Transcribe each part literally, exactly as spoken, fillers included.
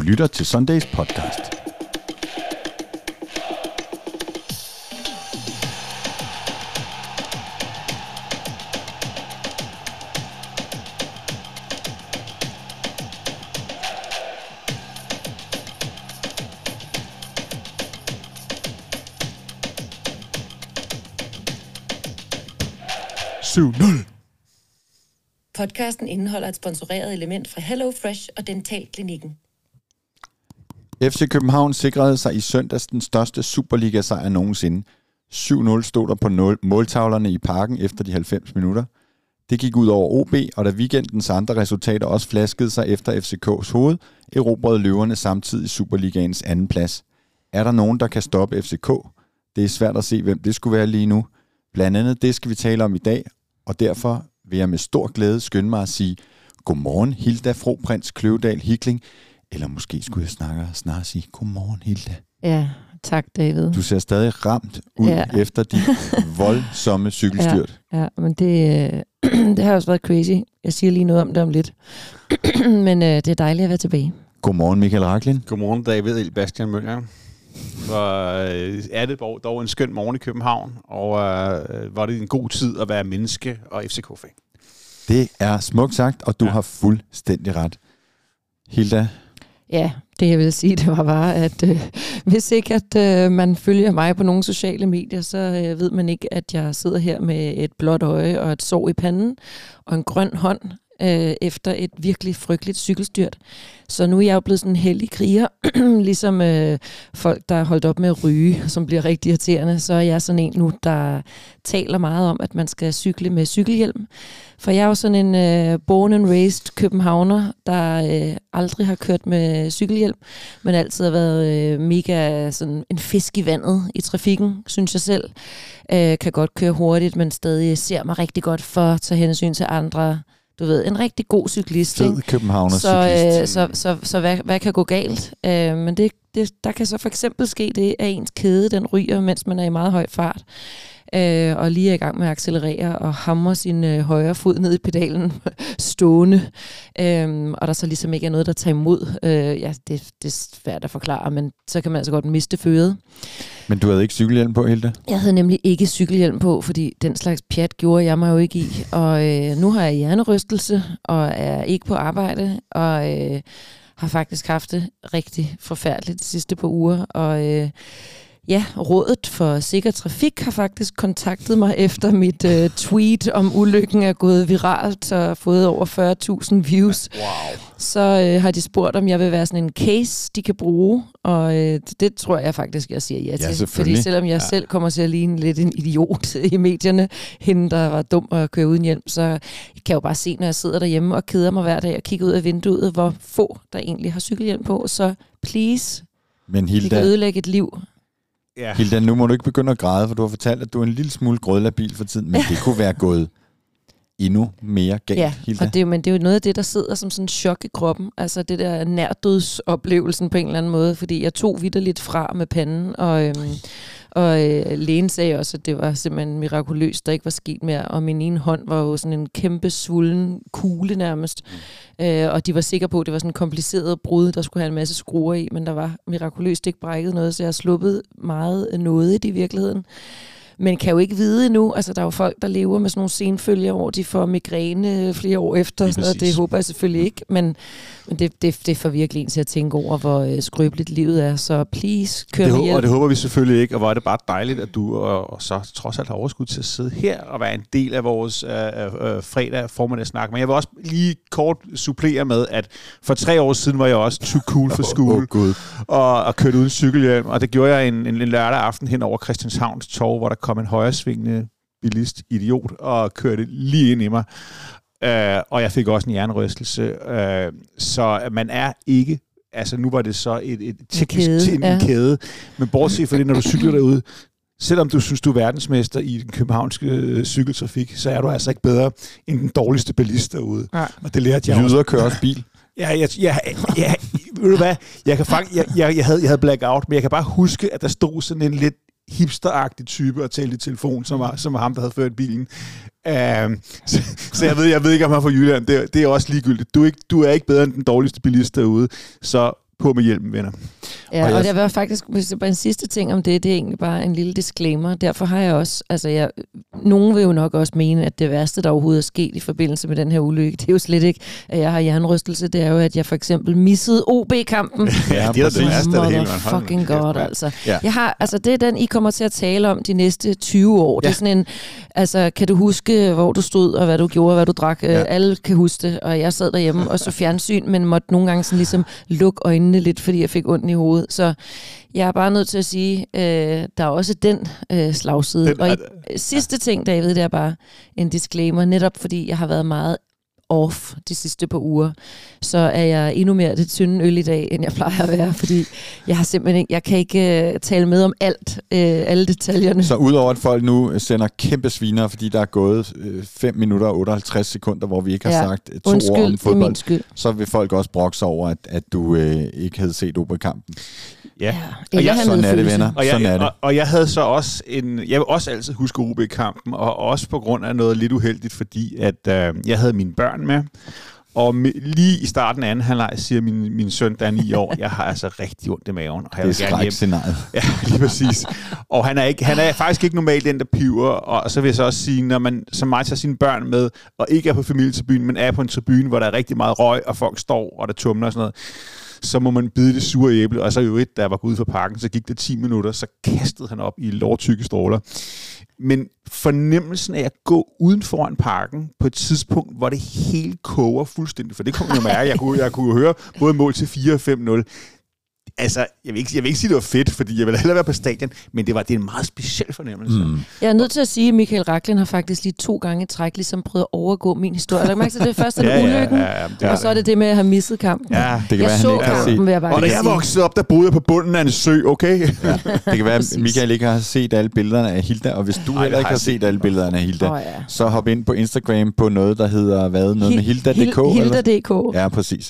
lytter til Sundays podcast. syv nul. Podcasten indeholder et sponsoreret element fra Hello Fresh og Dentalklinikken. F C København sikrede sig i søndags den største Superliga-sejr nogensinde. syv nul stod der på måltavlerne i Parken efter de halvfems minutter. Det gik ud over O B, og da weekendens andre resultater også flaskede sig efter F C K's hoved, erobrede løverne samtidig Superligaens anden plads. Er der nogen, der kan stoppe F C K? Det er svært at se, hvem det skulle være lige nu. Blandt andet det skal vi tale om i dag, og derfor vil jeg med stor glæde skynde mig at sige godmorgen Hilda Froprins Kløvedal Hikling, eller måske skulle jeg snakke, snart sige godmorgen Hilda. Ja, tak David. Du ser stadig ramt ud ja. efter de voldsomme cykelstyrt. Ja, ja, men det, det har også været crazy. Jeg siger lige noget om det om lidt. Men øh, det er dejligt at være tilbage. Godmorgen Michael Raklin. Godmorgen David Elbastian Møller. Så øh, er det dog en skøn morgen i København, og øh, var det en god tid at være menneske og F C K-fan. Det er smukt sagt, og du ja. har fuldstændig ret. Hilda? Ja, det jeg vil sige, det var bare, at øh, hvis ikke at øh, man følger mig på nogle sociale medier, så øh, ved man ikke, at jeg sidder her med et blåt øje og et sår i panden og en grøn hånd øh, efter et virkelig frygteligt cykelstyrt. Så nu er jeg jo blevet sådan en hellig kriger, ligesom øh, folk, der er holdt op med at ryge, som bliver rigtig irriterende. Så er jeg sådan en nu, der taler meget om, at man skal cykle med cykelhjelm. For jeg er jo sådan en øh, born and raised københavner, der øh, aldrig har kørt med cykelhjelm, men altid har været øh, mega sådan en fisk i vandet i trafikken, synes jeg selv. Øh, kan godt køre hurtigt, men stadig ser mig rigtig godt for at tage hensyn til andre. Du ved, en rigtig god cyklist. Fed københavner så, cyklist. øh, så, så, så hvad, hvad kan gå galt? Øh, men det, det, der kan så for eksempel ske det, at ens kæde den ryger, mens man er i meget høj fart. Øh, og lige er i gang med at accelerere og hamre sin øh, højre fod ned i pedalen stående. Øh, og der så ligesom ikke er noget, der tager imod. Øh, ja, det, det er svært at forklare, men så kan man altså godt miste føret. Men du havde ikke cykelhjelm på, Hilda? Jeg havde nemlig ikke cykelhjelm på, fordi den slags pjat gjorde jeg mig jo ikke i. Og øh, nu har jeg hjernerystelse og er ikke på arbejde, og øh, har faktisk haft det rigtig forfærdeligt de sidste par uger. Og øh, ja, Rådet for Sikker Trafik har faktisk kontaktet mig efter mit øh, tweet om ulykken er gået viralt og har fået over fyrre tusind views. Wow. Så øh, har de spurgt, om jeg vil være sådan en case, de kan bruge, og øh, det tror jeg faktisk, jeg siger ja til. Ja, fordi selvom jeg ja. selv kommer til at ligne lidt en idiot i medierne, hende der var dum at køre uden hjelm, så kan jeg jo bare se, når jeg sidder derhjemme og keder mig hver dag og kigger ud af vinduet, hvor få der egentlig har cykelhjelm på. Så please, Men Hilda, det kan ødelægge et liv. Ja. Hilda, nu må du ikke begynde at græde, for du har fortalt, at du er en lille smule grødlabil for tiden, men det kunne være gået endnu mere galt, ja, Hilda. Og det er, men det er jo noget af det, der sidder som sådan en chok i kroppen. Altså det der nærdødsoplevelsen på en eller anden måde, fordi jeg tog vitterligt fra med panden, og, øhm, og øh, lægen sagde også, at det var simpelthen mirakuløst, der ikke var sket mere, og min ene hånd var jo sådan en kæmpe svullen kugle nærmest, mm. øh, og de var sikre på, at det var sådan en kompliceret brud, der skulle have en masse skruer i, men der var mirakuløst ikke brækket noget, så jeg har sluppet meget nådigt i virkeligheden. Men kan jo ikke vide endnu, altså der er jo folk, der lever med sådan nogle senfølger, hvor de får migræne flere år efter, sådan noget. Det håber jeg selvfølgelig ikke, men, men det, det, det får virkelig en til at tænke over, hvor øh, skrøbeligt livet er, så please, kør med hjem. Og det håber vi selvfølgelig ikke, og hvor er det bare dejligt, at du og, og så trods alt har overskud til at sidde her og være en del af vores øh, øh, fredag formiddagsnak. Men jeg vil også lige kort supplere med, at for tre år siden var jeg også too cool for school oh, oh, og, og kørte uden cykelhjelm, og det gjorde jeg en, en, en lørdag aften hen over Christianshavns Torv, hvor der kom en højresvingende bilist, idiot, og kørte lige ind i mig. Uh, og jeg fik også en hjernerystelse. Uh, så man er ikke... Altså, nu var det så et, et teknisk en kæde, en, en kæde. Men bortset fra det, når du cykler derude, selvom du synes, du er verdensmester i den københavnske øh, cykeltrafik, så er du altså ikke bedre end den dårligste bilist derude. Ja. Og det lærte jeg Jyder også. kører også bil. Ja, jeg, jeg, jeg, ved du hvad? Jeg kan faktisk, jeg, jeg, jeg, havde, jeg havde blackout, men jeg kan bare huske, at der stod sådan en lidt hipsteragtig type og talte i telefon, som var, som var ham, der havde ført bilen. Uh, så, så jeg ved, jeg ved ikke, om han er fra Jylland. Det, det er også ligegyldigt. Du er ikke, du er ikke bedre end den dårligste bilist derude. Så på med hjælpen, venner. Ja, og, og og jeg... det var faktisk, hvis det bare en sidste ting om det, det er egentlig bare en lille disclaimer. Derfor har jeg også, altså jeg, nogen vil jo nok også mene, at det værste, der overhovedet er sket i forbindelse med den her ulykke, det er jo slet ikke, at jeg har hjernerystelse, det er jo, at jeg for eksempel missede O B-kampen. Ja, det er det værste af det hele. Fucking god, altså. Ja. Jeg har, altså det er den, I kommer til at tale om de næste tyve år. Ja. Det er sådan en, altså kan du huske, hvor du stod, og hvad du gjorde, hvad du drak? Ja. Alle kan huske det, og jeg sad derhjemme og så fjernsyn, men måtte nogle gange sådan ligesom lukke øjnene lidt, fordi jeg fik ondt i hovedet. Så jeg er bare nødt til at sige, øh, der er også den øh, slagside. Den, og i, sidste ting, David, det er bare en disclaimer, netop fordi jeg har været meget off de sidste par uger, så er jeg endnu mere det tynde øl i dag, end jeg plejer at være, fordi jeg har simpelthen ikke, jeg kan ikke uh, tale med om alt, uh, alle detaljerne. Så udover at folk nu sender kæmpe sviner, fordi der er gået fem minutter og otteoghalvtreds sekunder, hvor vi ikke har ja. sagt to Undskyld, ord om fodbold, skyld. Så vil folk også brokke sig over, at, at du øh, ikke havde set O B-kampen. Ja, ja. Og jeg, sådan er det, venner. Og jeg, sådan er det. Og, og jeg havde så også en, jeg vil også altid huske O B-kampen, og også på grund af noget lidt uheldigt, fordi at øh, jeg havde mine børn med, og med, lige i starten af anden halvleg siger min, min søn, der er ni år, jeg har altså rigtig ondt i maven. Og jeg det er skrækscenariet. Ja, lige præcis. Og han er, ikke, han er faktisk ikke normalt den, der piver, og så vil jeg så også sige, når man som mig tager sine børn med, og ikke er på familietribunen, men er på en tribune, hvor der er rigtig meget røg, og folk står, og der tumler og sådan noget, så må man bide det sure æble. Og så i øvrigt, da jeg var gået ud fra parken, så gik det ti minutter, så kastede han op i lårtykke stråler. Men fornemmelsen af at gå uden foran parken på et tidspunkt, hvor det hele koger fuldstændig, for det kunne man jo mærke, jeg kunne, jeg kunne høre både mål til fire og fem nul. Altså, jeg vil, ikke, jeg vil ikke sige, det var fedt, fordi jeg ville hellere være på stadion, men det var det er en meget speciel fornemmelse. Mm. Jeg er nødt til at sige, at Michael Racklin har faktisk lige to gange i træk ligesom prøvet at overgå min historie. Jeg mærker til det første er ja, ulykken, ja, ja, ja, og så er det det med at have misset kampen. Ja, det kan jeg være, så han kampen, vil jeg bare Og da jeg voksede op, der boede jeg på bunden af en sø, okay? Ja. Det kan være, at Michael ikke har set alle billederne af Hilda, og hvis du Ej, heller ikke har set alle billederne af Hilda, oh, ja. så hop ind på Instagram på noget, der hedder hvad? Noget med Hilda punktum d k? Hilda punktum d k. Ja, præcis.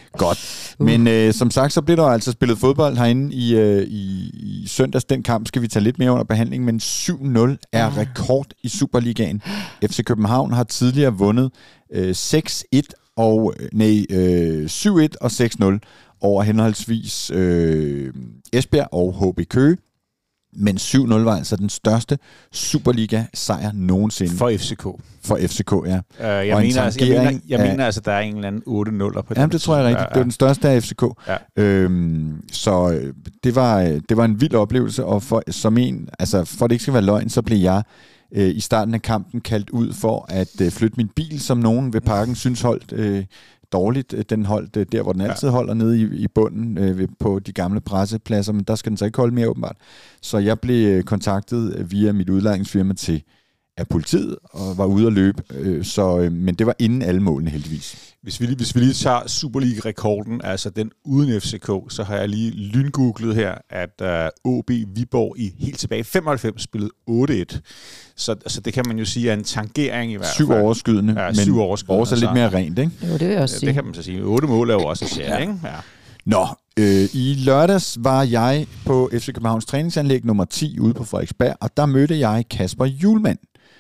Godt. Men øh, som sagt, så blev der altså spillet fodbold herinde i, øh, i, i søndags. Den kamp skal vi tage lidt mere under behandling, men syv nul er rekord i Superligaen. F C København har tidligere vundet øh, seks et og nej, øh, syv et og seks nul over henholdsvis øh, Esbjerg og H B Køge. Men syv nul var altså den største Superliga-sejr nogensinde. For F C K. For F C K, ja. Uh, jeg, mener, altså, jeg, mener, jeg mener altså, der er en eller anden otte nuller på det. Jamen, det tror jeg rigtigt. Det var den største af F C K. Ja. Øhm, så det var, det var en vild oplevelse, og for, som en, altså, for det ikke skal være løgn, så blev jeg øh, i starten af kampen kaldt ud for at øh, flytte min bil, som nogen ved parken synes holdt øh, dårligt. Den holdt der, hvor den altid holder, nede i, i bunden øh, på de gamle pressepladser, men der skal den så ikke holde mere åbenbart. Så jeg blev kontaktet via mit udlejningsfirma til af politiet, og var ude at løbe, øh, så, øh, men det var inden alle målene heldigvis. Hvis vi, lige, hvis vi lige tager Superliga-rekorden, altså den uden F C K, så har jeg lige lyngooglet her, at uh, O B Viborg i helt tilbage i femoghalvfems spillede otte et. Så, så det kan man jo sige er en tangering i hvert fald. Syv overskydende, ja, men syv overskydende, vores er lidt mere rent, ikke? Jo, det vil jeg også sige. Det kan man så sige. Otte mål er jo også sjældent, ja. ikke? Ja. Nå, øh, i lørdags var jeg på F C Københavns træningsanlæg nummer ti ude på Frederiksberg, og der mødte jeg Kasper Hjulmand.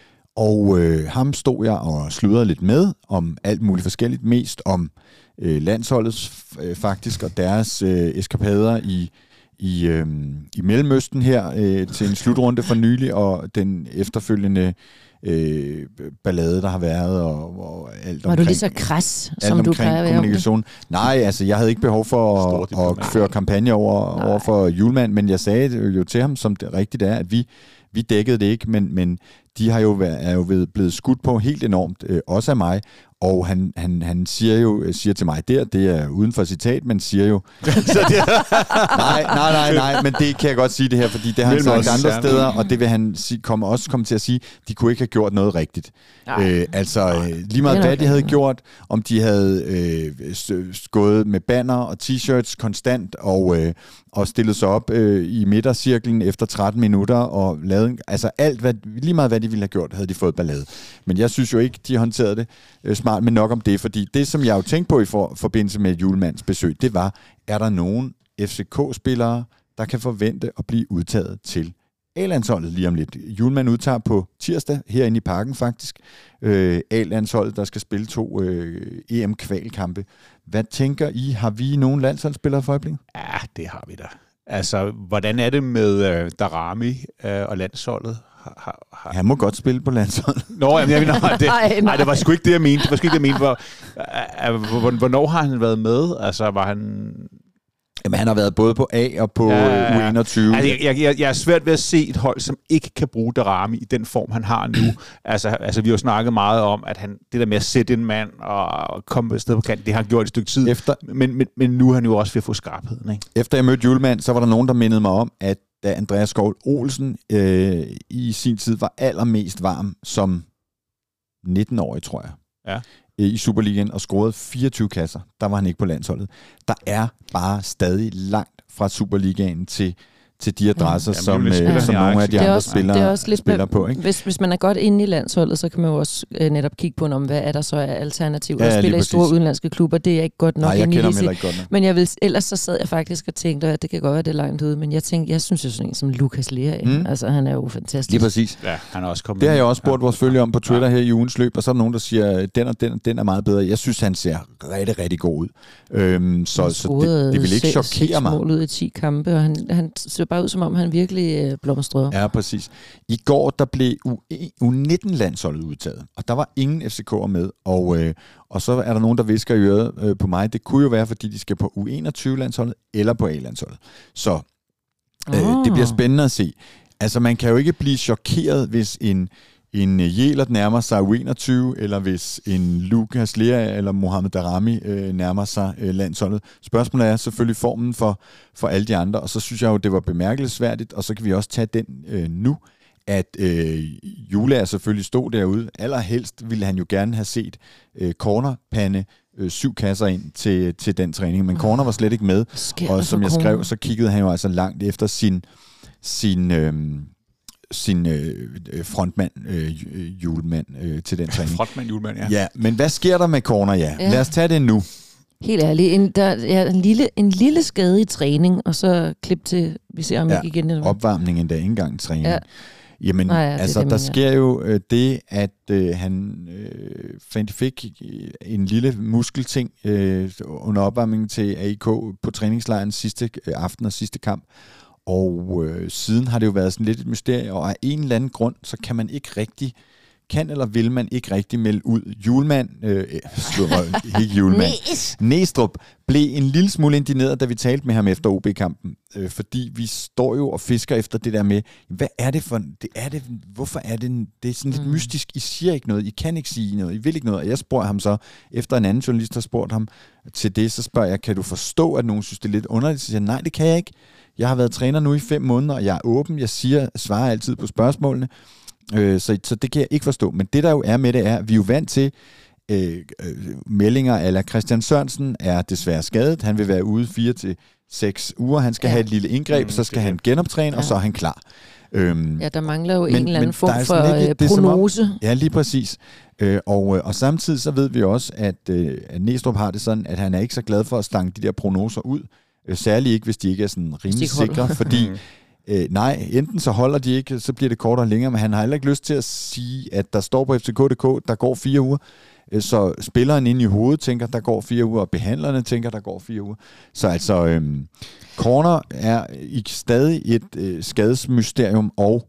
Og øh, ham stod jeg og sludrede lidt med om alt muligt forskelligt, mest om øh, landsholdet øh, faktisk, og deres øh, eskapader i, i, øh, i Mellemøsten her øh, til en slutrunde for nylig, og den efterfølgende øh, ballade, der har været, og, og alt var omkring... du lige så kras, som du plejer at være kommunikation. Nej, altså, jeg havde ikke behov for at, at føre kampagne over, over for Hjulmand, men jeg sagde jo til ham, som det rigtigt er, at vi Vi dækkede det ikke, men, men de har jo været, er jo blevet skudt på helt enormt, øh, også af mig. Og han, han, han siger jo siger til mig der, det er uden for citat, men siger jo... nej, nej, nej, nej, men det kan jeg godt sige det her, fordi det har han sagt andre steder, og det vil han sige, komme, også komme til at sige, de kunne ikke have gjort noget rigtigt. Øh, altså, øh, lige meget hvad de havde gjort, om de havde øh, gået med banner og t-shirts konstant, og, øh, og stillet sig op øh, i midtercirklen efter tretten minutter, og lavet, altså alt, hvad, lige meget hvad de ville have gjort, havde de fået ballade. Men jeg synes jo ikke, de håndterede det øh, smart, men nok om det, fordi det, som jeg jo tænkte på i for, forbindelse med Hjulmands besøg, det var, er der nogen F C K-spillere, der kan forvente at blive udtaget til A-landsholdet lige om lidt. Hjulmand udtager på tirsdag herinde i parken faktisk. Øh, A-landsholdet, der skal spille to øh, E M-kvalkampe. Hvad tænker I? Har vi nogen landsholdsspillere for øjeblikket? Ja, det har vi da. Altså, hvordan er det med øh, Daramy øh, og landsholdet? Har, har, har... Han må godt spille på landsholdet. Nå, jamen, jeg, nej, det, nej, nej, det var sgu ikke det, jeg mente. Det var sgu ikke det, jeg mente. Hvor, øh, hvornår har han været med? Altså, var han... Jamen, han har været både på A og på ja, U enogtyve. Altså, jeg, jeg, jeg er svært ved at se et hold, som ikke kan bruge Daramy i den form, han har nu. altså, altså, vi har jo snakket meget om, at han, det der med at sætte en mand og komme et sted på kanten, det har han gjort et stykke tid. Efter, men, men, men nu er han jo også ved at få skarpheden. Ikke? Efter jeg mødte Hjulmand, så var der nogen, der mindede mig om, at da Andreas Skov Olsen øh, i sin tid var allermest varm som nitten-årig, tror jeg. Ja. I Superligaen og scorede fireogtyve kasser. Der var han ikke på landsholdet. Der er bare stadig langt fra Superligaen til, til de adresser, ja, som, øh, som nogle af de andre også, spillere, også lidt spiller på. Ikke? Hvis, hvis man er godt inde i landsholdet, så kan man jo også øh, netop kigge på, om hvad er der så af alternativer. Ja, at spille i store udenlandske klubber, det er ikke godt nok. Nej, jeg kender dem ikke godt nok. Men jeg vil, ellers så sad jeg faktisk og tænkte, at det kan godt være, det er langt ude, men jeg tænkte, jeg synes jo sådan en som Lukas Lea, mm. altså han er jo fantastisk. Lige præcis. Ja, han er også kommet. Det har jeg også spurgt vores følgere om på Twitter ja. her i ugens løb, og så er der nogen, der siger, den og den, den er meget bedre. Jeg synes, han ser rigtig, rigtig god ud. Øhm, så så det, det vil ikke chokere mig. Mål ud i ti kampe, og han, han ser bare ud, som om han virkelig blomstrede. Ja, præcis. I går, der blev U nitten-landsholdet udtaget, og der var ingen F C K'er med, og, øh, og så er der nogen, der visker i øret øh, på mig. Det kunne jo være, fordi de skal på U enogtyve-landsholdet eller på A-landsholdet. Så øh, oh. det bliver spændende at se. Altså, man kan jo ikke blive chokeret, hvis en en Jelert nærmer sig U enogtyve, eller hvis en Lukas Lea eller Mohamed Daramy øh, nærmer sig øh, landsholdet. Spørgsmålet er selvfølgelig formen for, for alle de andre, og så synes jeg jo, det var bemærkelsesværdigt, og så kan vi også tage den øh, nu, at øh, Jula selvfølgelig stod derude. Allerhelst ville han jo gerne have set øh, cornerpande øh, syv kasser ind til, til den træning, men corner var slet ikke med, og som jeg skrev, så kiggede han jo altså langt efter sin sin øh, sin øh, frontmand, øh, Hjulmand, øh, til den træning. Frontmand, Hjulmand, ja. Ja, men hvad sker der med corner, ja? ja. Lad os tage det nu. Helt ærligt, en, der er en lille, en lille skade i træning, og så klip til, vi ser om ja, ikke igen. Eller opvarmning endda, ikke engang træning. Ja. Jamen, Nej, ja, altså, det, der sker jo øh, det, at øh, han øh, fik en lille muskelting øh, under opvarmningen til A I K på træningslejren sidste øh, aften og sidste kamp. Og øh, siden har det jo været sådan lidt et mysterie, og af en eller anden grund, så kan man ikke rigtig, kan eller vil man ikke rigtig melde ud. Hjulmand, øh, ikke Hjulmand, Næstrup blev en lille smule indigneret, da vi talte med ham efter O B-kampen, øh, fordi vi står jo og fisker efter det der med, hvad er det for, det er det, hvorfor er det, det er sådan lidt mm. mystisk, I siger ikke noget, I kan ikke sige noget, I vil ikke noget, og jeg spørger ham så, efter en anden journalist har spurgt ham til det, så spørger jeg, kan du forstå, at nogen synes, det er lidt underligt? Så siger jeg, nej, det kan jeg ikke. Jeg har været træner nu i fem måneder, og jeg er åben. Jeg siger, svarer altid på spørgsmålene. Øh, så, så det kan jeg ikke forstå. Men det, der jo er med det, er, at vi er jo vant til øh, øh, meldinger, eller Christian Sørensen er desværre skadet. Han vil være ude fire til seks uger. Han skal ja. have et lille indgreb, mm, så skal han genoptræne, ja. og så er han klar. Øhm, ja, der mangler jo men, en eller anden form for ikke, prognose. Om, ja, lige præcis. Øh, og, og samtidig så ved vi også, at, øh, at Næstrup har det sådan, at han er ikke så glad for at stange de der prognoser ud. Særligt ikke, hvis de ikke er sådan rimelig sikre, fordi øh, nej, enten så holder de ikke, så bliver det kortere og længere, men han har heller ikke lyst til at sige, at der står på F C K punktum d k, der går fire uger, så spilleren inde i hovedet tænker, der går fire uger, og behandlerne tænker, der går fire uger. Så altså, øh, corner er ikke stadig et øh, skadesmysterium, og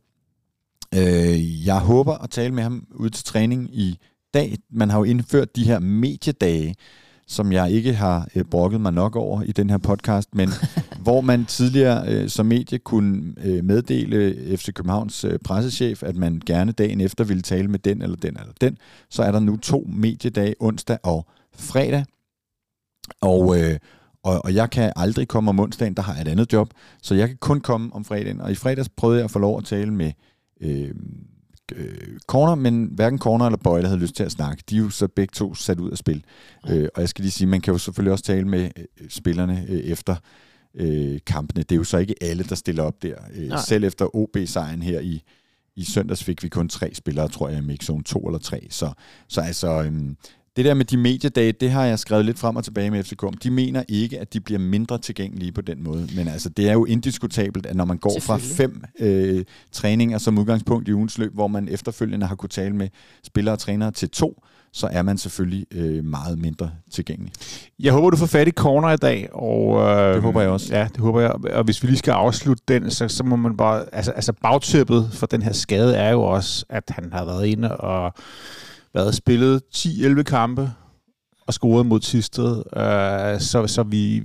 øh, jeg håber at tale med ham ud til træning i dag. Man har jo indført de her mediedage, som jeg ikke har øh, brokket mig nok over i den her podcast, men hvor man tidligere øh, som medie kunne øh, meddele F C Københavns øh, pressechef, at man gerne dagen efter ville tale med den eller den eller den, så er der nu to mediedage, onsdag og fredag, og, øh, og, og jeg kan aldrig komme om onsdagen, der har jeg et andet job, så jeg kan kun komme om fredagen, og i fredags prøvede jeg at få lov at tale med øh, corner, men hverken corner eller Bøjle havde lyst til at snakke. De er jo så begge to sat ud af spil. Ja. Øh, og jeg skal lige sige, man kan jo selvfølgelig også tale med øh, spillerne øh, efter øh, kampene. Det er jo så ikke alle, der stiller op der. Øh, selv efter O B-sejren her i, i søndags fik vi kun tre spillere, tror jeg, i mixzone to eller tre. Så, så altså, øh, Det der med de mediedage, det har jeg skrevet lidt frem og tilbage med F C K. De mener ikke, at de bliver mindre tilgængelige på den måde. Men altså, det er jo indiskutabelt, at når man går fra fem øh, træninger som udgangspunkt i ugens løb, hvor man efterfølgende har kunne tale med spillere og trænere til to, så er man selvfølgelig øh, meget mindre tilgængelig. Jeg håber, du får fat i corner i dag. Og, øh, det håber jeg også. Ja, det håber jeg. Og hvis vi lige skal afslutte den, så, så må man bare... Altså, altså bagtæppet for den her skade er jo også, at han har været inde og været spillet ti elleve kampe og scoret mod Thisted. Øh, så, så vi...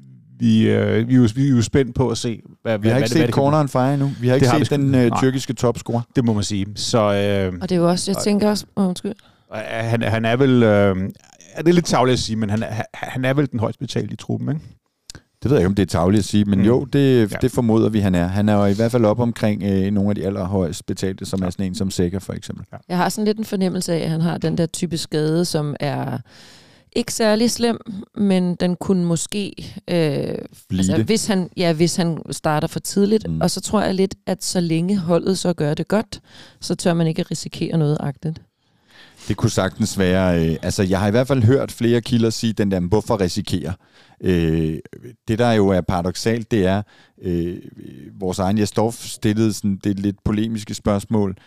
Vi, øh, vi, er jo, vi er jo spændt på at se, hvad, vi har hvad, ikke hvad, set corneren fejre endnu. Vi har ikke set har den øh, tyrkiske topscorer. Det må man sige. Så, øh, og det er jo også, jeg tænker også... Oh, undskyld. Han, han er vel... Øh, det er lidt tarveligt at sige, men han er, han er vel den højst betalte i truppen, ikke? Det ved jeg ikke, om det er tarveligt at sige, men mm. jo, det, ja. det formoder vi, han er. Han er jo i hvert fald op omkring øh, nogle af de allerhøjst betalte, som er sådan en som Sækker, for eksempel. Ja. Jeg har sådan lidt en fornemmelse af, at han har den der type skade, som er... ikke særlig slem, men den kunne måske, øh, altså, hvis, han, ja, hvis han starter for tidligt, mm. og så tror jeg lidt, at så længe holdet så gør det godt, så tør man ikke risikere noget agtigt. Det kunne sagtens være, øh, altså jeg har i hvert fald hørt flere kilder sige, den der, hvorfor risikere? Øh, det der jo er paradoksalt, det er, øh, vores egen Jesdorf stillede sådan det lidt polemiske spørgsmål,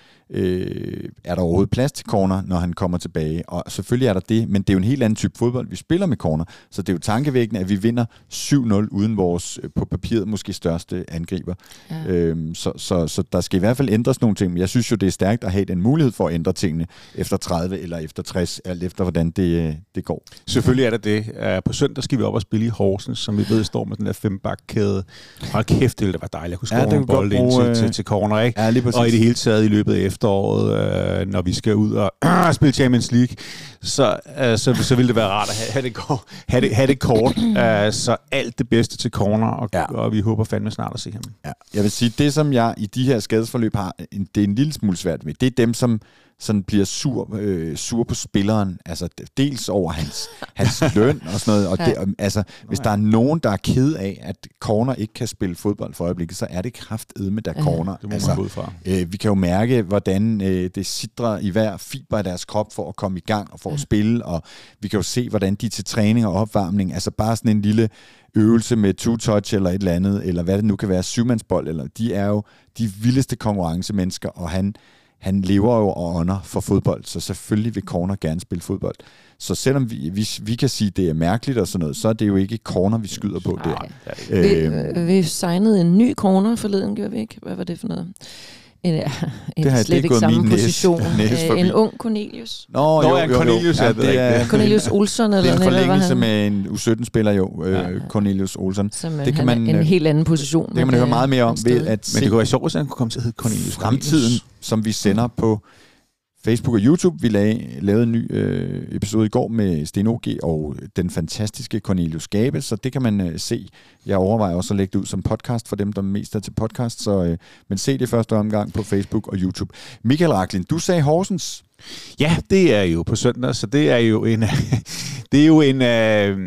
Øh, er der overhovedet plads til corner, når han kommer tilbage? Og selvfølgelig er der det, men det er jo en helt anden type fodbold, vi spiller med corner. Så det er jo tankevækkende, at vi vinder syv nul uden vores, på papiret, måske største angriber. Ja. Øhm, så, så, så der skal i hvert fald ændres nogle ting. Men jeg synes jo, det er stærkt at have den mulighed for at ændre tingene efter tredive eller efter tres, alt efter hvordan det, det går. Selvfølgelig er det det. Uh, på søndag skal vi op og spille i Horsens, som vi ved står med den der fembakkæde. Hold kæft, det ville være dejligt at kunne score ja, en bold ind til, til, til corner, ikke? Ja, og i det hele taget i løbet af efteråret, øh, når vi skal ud og øh, spille Champions League, så, øh, så, så vil det være rart at have, have, det, kort, have, det, have det kort. Øh, så alt det bedste til corner, og, ja. og vi håber fandme snart at se ham. Ja. Jeg vil sige, det som jeg i de her skadesforløb har, det er en lille smule svært med, det er dem, som sådan bliver sur, øh, sur på spilleren, altså dels over hans, hans løn og sådan noget, og det, altså, hvis der er nogen, der er ked af, at corner ikke kan spille fodbold for øjeblikket, så er det kraftedme, der corner. Det må altså, man fra. Øh, vi kan jo mærke, hvordan øh, det sidder i hver fiber af deres krop for at komme i gang og for at spille, og vi kan jo se, hvordan de til træning og opvarmning, altså bare sådan en lille øvelse med two-touch eller et eller andet, eller hvad det nu kan være, syvmandsbold, eller de er jo de vildeste konkurrencemennesker, og han Han lever jo og ånder for fodbold, så selvfølgelig vil corner gerne spille fodbold. Så selvom vi, vi, vi kan sige, at det er mærkeligt og sådan noget, så er det jo ikke corner, vi skyder på. Nej, der. Vi, vi signede en ny corner forleden, gjorde vi ikke? Hvad var det for noget? En, ja, en det har slet ikke samme position. Næs, en ung Cornelius. Nå, jo, Nå, en Cornelius, jo, jo. Ja, det er Cornelius Olsson, eller det er en forlængelse han... med en U sytten-spiller, jo. Ja, ja. Cornelius Olsson. Som, det kan man, en helt anden position. Det kan man høre meget mere om ved at Men det kunne være sjovt, hvis han kunne komme til at hedde Cornelius. Fremtiden, som vi sender på Facebook og YouTube. Vi lavede, lavede en ny øh, episode i går med Sten O G og den fantastiske Cornelius Gabe, så det kan man øh, se. Jeg overvejer også at lægge det ud som podcast for dem, der mest er til podcast, så, øh, men se det første omgang på Facebook og YouTube. Michael Rachlin, du sagde Horsens. Ja, det er jo på søndag, så det er jo en... det er jo en... Øh,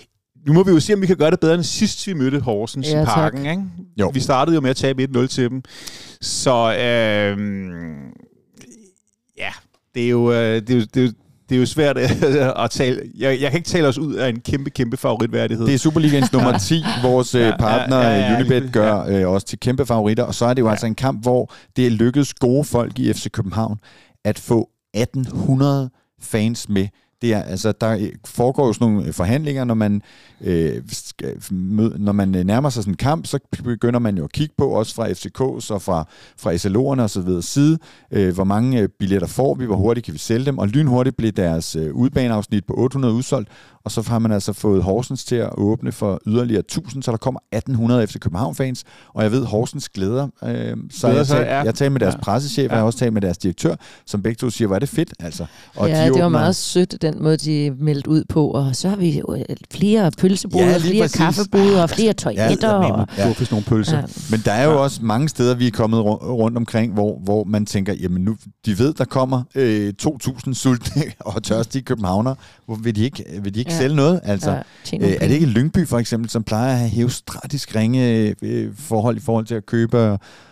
nu må vi jo se, om vi kan gøre det bedre end sidst, vi mødte Horsens ja, i Parken. Ikke? Jo. Vi startede jo med at tabe et nul til dem. Så... Øh, Ja, det er jo, det er jo, det er jo, det er jo svært at tale. Jeg, jeg kan ikke tale os ud af en kæmpe, kæmpe favoritværdighed. Det er Superligaens nummer ti. Vores ja, partner ja, ja, ja, Unibet gør ja. øh, også til kæmpe favoritter. Og så er det jo ja. altså en kamp, hvor det er lykkedes gode folk i F C København at få atten hundrede fans med. Det er, altså, der foregår jo sådan nogle forhandlinger, når man, øh, mød, når man nærmer sig sådan en kamp, så begynder man jo at kigge på, også fra F C K's og fra, fra S L O'erne og så videre side, øh, hvor mange billetter får vi, hvor hurtigt kan vi sælge dem, og lynhurtigt blev deres øh, udbaneafsnit på otte hundrede udsolgt, og så har man altså fået Horsens til at åbne for yderligere tusind, så der kommer atten hundrede F C København-fans, og jeg ved, Horsens glæder. Øh, så jeg, talt, jeg talte med deres ja. pressechef, og jeg har også talt med deres direktør, som begge to siger, hvor er det fedt, altså. Og ja, de det åbner... var meget sødt, den måde, de meldte ud på, og så har vi jo flere pølseboder, ja, flere præcis. kaffeboder, og flere toiletter. Ja, og... ja. nogle pølser. Ja. Men der er jo ja. også mange steder, vi er kommet rundt omkring, hvor, hvor man tænker, jamen nu, de ved, der kommer øh, to tusind sultne og tørstige københavner, hvor vil de ikke, vil de ikke ja. sælge noget? Altså, ja, øh, er det ikke Lyngby for eksempel, som plejer at have hævstratisk ringe øh, forhold i forhold til at købe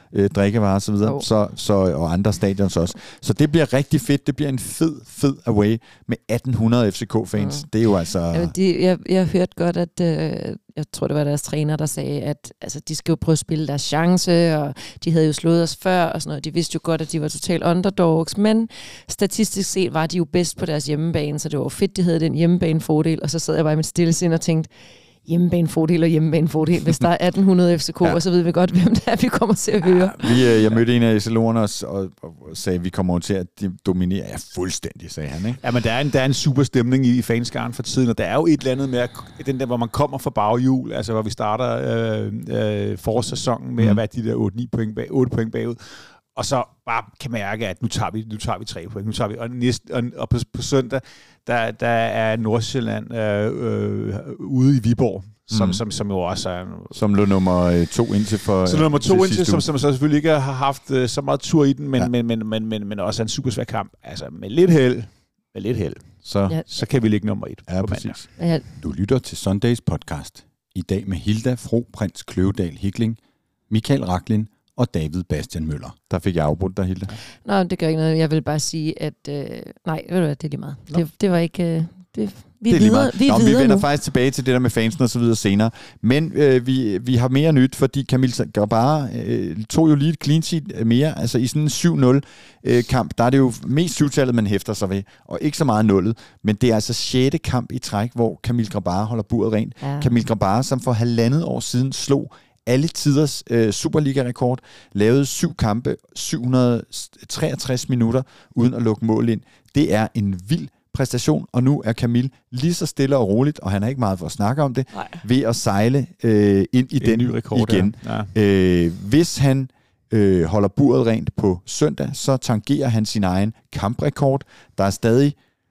øh, drikkevarer og så videre, Oh. så, så, og andre stadions også. Så det bliver rigtig fedt. Det bliver en fed, fed away med atten hundrede F C K-fans. Mm. Det er jo altså... Jamen, de, jeg, jeg hørte godt, at øh, jeg tror, det var deres træner, der sagde, at altså, de skal jo prøve at spille deres chance, og de havde jo slået os før, og sådan noget. De vidste jo godt, at de var totalt underdogs, men statistisk set var de jo bedst på deres hjemmebane, så det var fedt, de havde den hjemmebanefordel, og så sad jeg bare i mit stille sind og tænkte, hjemmebanefordel og hjemmebanefordel. Hvis der er atten hundrede F C K, ja. Så ved vi godt, hvem det er, vi kommer til at høre. Ja, vi, jeg mødte en af S L O'erne og, og, og sagde, at vi kommer til at dominere. Ja, fuldstændig, sagde han. Ikke? Ja, men der er en, der er en super stemning i, i fanskaren for tiden, og der er jo et eller andet med, at, den der, hvor man kommer fra baghjul, altså hvor vi starter øh, øh, forårssæsonen med mm. at være de der otte ni point, bag, otte point bagud, og så bare kan mærke, at nu tager vi, nu tager vi tre point, nu tager vi, og, næste, og, og på, på søndag, der, der er Nordsjælland øh, øh, ude i Viborg, Som, mm. som, som jo også er... Som lå nummer to indtil for... Så nummer to indtil, som, som så selvfølgelig ikke har haft uh, så meget tur i den, men, ja. men, men, men, men, men også en super svær kamp. Altså med lidt held, med lidt held, så, ja. så kan vi ligge nummer et ja, på præcis. Ja. Du lytter til Sundays podcast. I dag med Hilda Fro Prins Kløvedal Hikling, Michael Raklin og David Bastian Møller. Der fik jeg afbrudt dig, Hilda. Nå, det gør ikke noget. Jeg vil bare sige, at... Øh, nej, ved du hvad, det er lige meget. Det, det var ikke... Øh, det, vi det er videre, vi, Nå, videre vi vender nu. faktisk tilbage til det der med fansen og så videre senere. Men øh, vi, vi har mere nyt, fordi Camille Grabara øh, tog jo lige et clean sheet mere. Altså i sådan en syv nul øh, kamp, der er det jo mest syvtallet, man hæfter sig ved, og ikke så meget nullet. Men det er altså sjette kamp i træk, hvor Camille Grabara holder buret rent. Ja. Camille Grabara, som for halvandet år siden slog alle tiders øh, Superliga-rekord, lavede syv kampe, syv hundrede treogtres minutter, uden at lukke mål ind. Det er en vild præstation, og nu er Camille lige så stille og roligt, og han har ikke meget for at snakke om det, Nej. ved at sejle øh, ind i en den rekord, igen. Ja. Øh, hvis han øh, holder buret rent på søndag, så tangerer han sin egen kamprekord. Der er stadig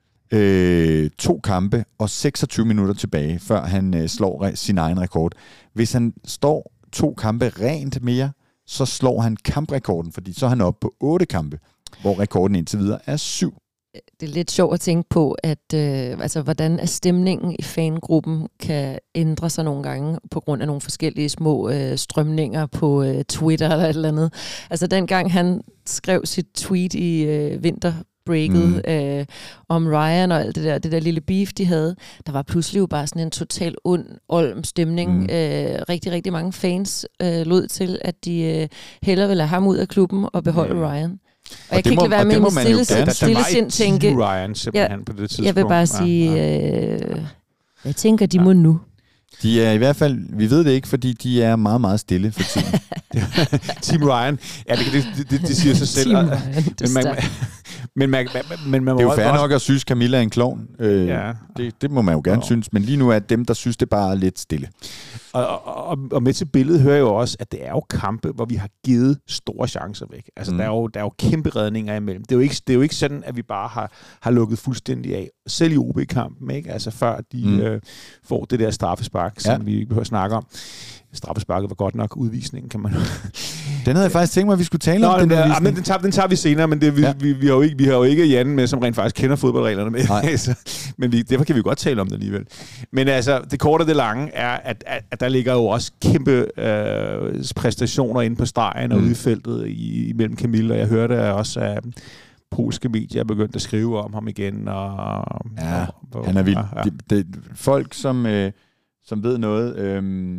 øh, to kampe og seksogtyve minutter tilbage, før han øh, slår re- sin egen rekord. Hvis han står to kampe rent mere, så slår han kamprekorden, fordi så er han oppe på otte kampe, hvor rekorden indtil videre er syv. Det er lidt sjovt at tænke på, at øh, altså, hvordan er stemningen i fangruppen kan ændre sig nogle gange på grund af nogle forskellige små øh, strømninger på øh, Twitter eller et eller andet. Altså dengang han skrev sit tweet i øh, vinterbreaket mm. øh, om Ryan og alt det der, det der lille beef, de havde, der var pludselig jo bare sådan en total ond, olm stemning. Mm. Øh, rigtig, rigtig mange fans øh, lod til, at de øh, hellere ville have ham ud af klubben og beholde mm. Ryan. Og, og jeg kan ikke lade være med min stille, stille, stille sind tænke, Ryan, simpelthen, på det tidspunkt. Jeg vil bare sige, ja, ja. Øh, jeg tænker, de ja. må nu. De er i hvert fald, vi ved det ikke, fordi de er meget, meget stille for tiden. Team Ryan, ja, det, det, det, det siger sig selv. Team Ryan, men man, men man, men man det er jo fair nok at synes, Camilla er en klovn. Øh, ja. det, det må man jo gerne ja. synes, men lige nu er dem, der synes, det bare er lidt stille. Og, og, og med til billedet hører jeg jo også, at det er jo kampe, hvor vi har givet store chancer væk. Altså, mm. der, er jo, der er jo kæmpe redninger imellem. Det er jo ikke, det er jo ikke sådan, at vi bare har, har lukket fuldstændig af. Selv i O B-kampen, ikke? Altså før de mm. øh, får det der straffespark, som ja. vi ikke behøver at snakke om. Straffesparket var godt nok, udvisningen kan man... Den havde jeg faktisk tænkt mig, at vi skulle tale Nå, om. Den, der, den, den, tager, den tager vi senere, men det, vi, ja. vi, vi, har jo ikke, vi har jo ikke Jan med, som rent faktisk kender fodboldreglerne med. så, men vi, derfor kan vi godt tale om det alligevel. Men altså, det korte og det lange er, at, at, at der ligger jo også kæmpe øh, præstationer inde på stregen og mm. ude i feltet i, imellem Camille, og jeg hørte også, at polske medier er begyndt at skrive om ham igen. Og, ja, og, han er vild. Ja, ja. Det, det, folk, som, øh, som ved noget... Øh,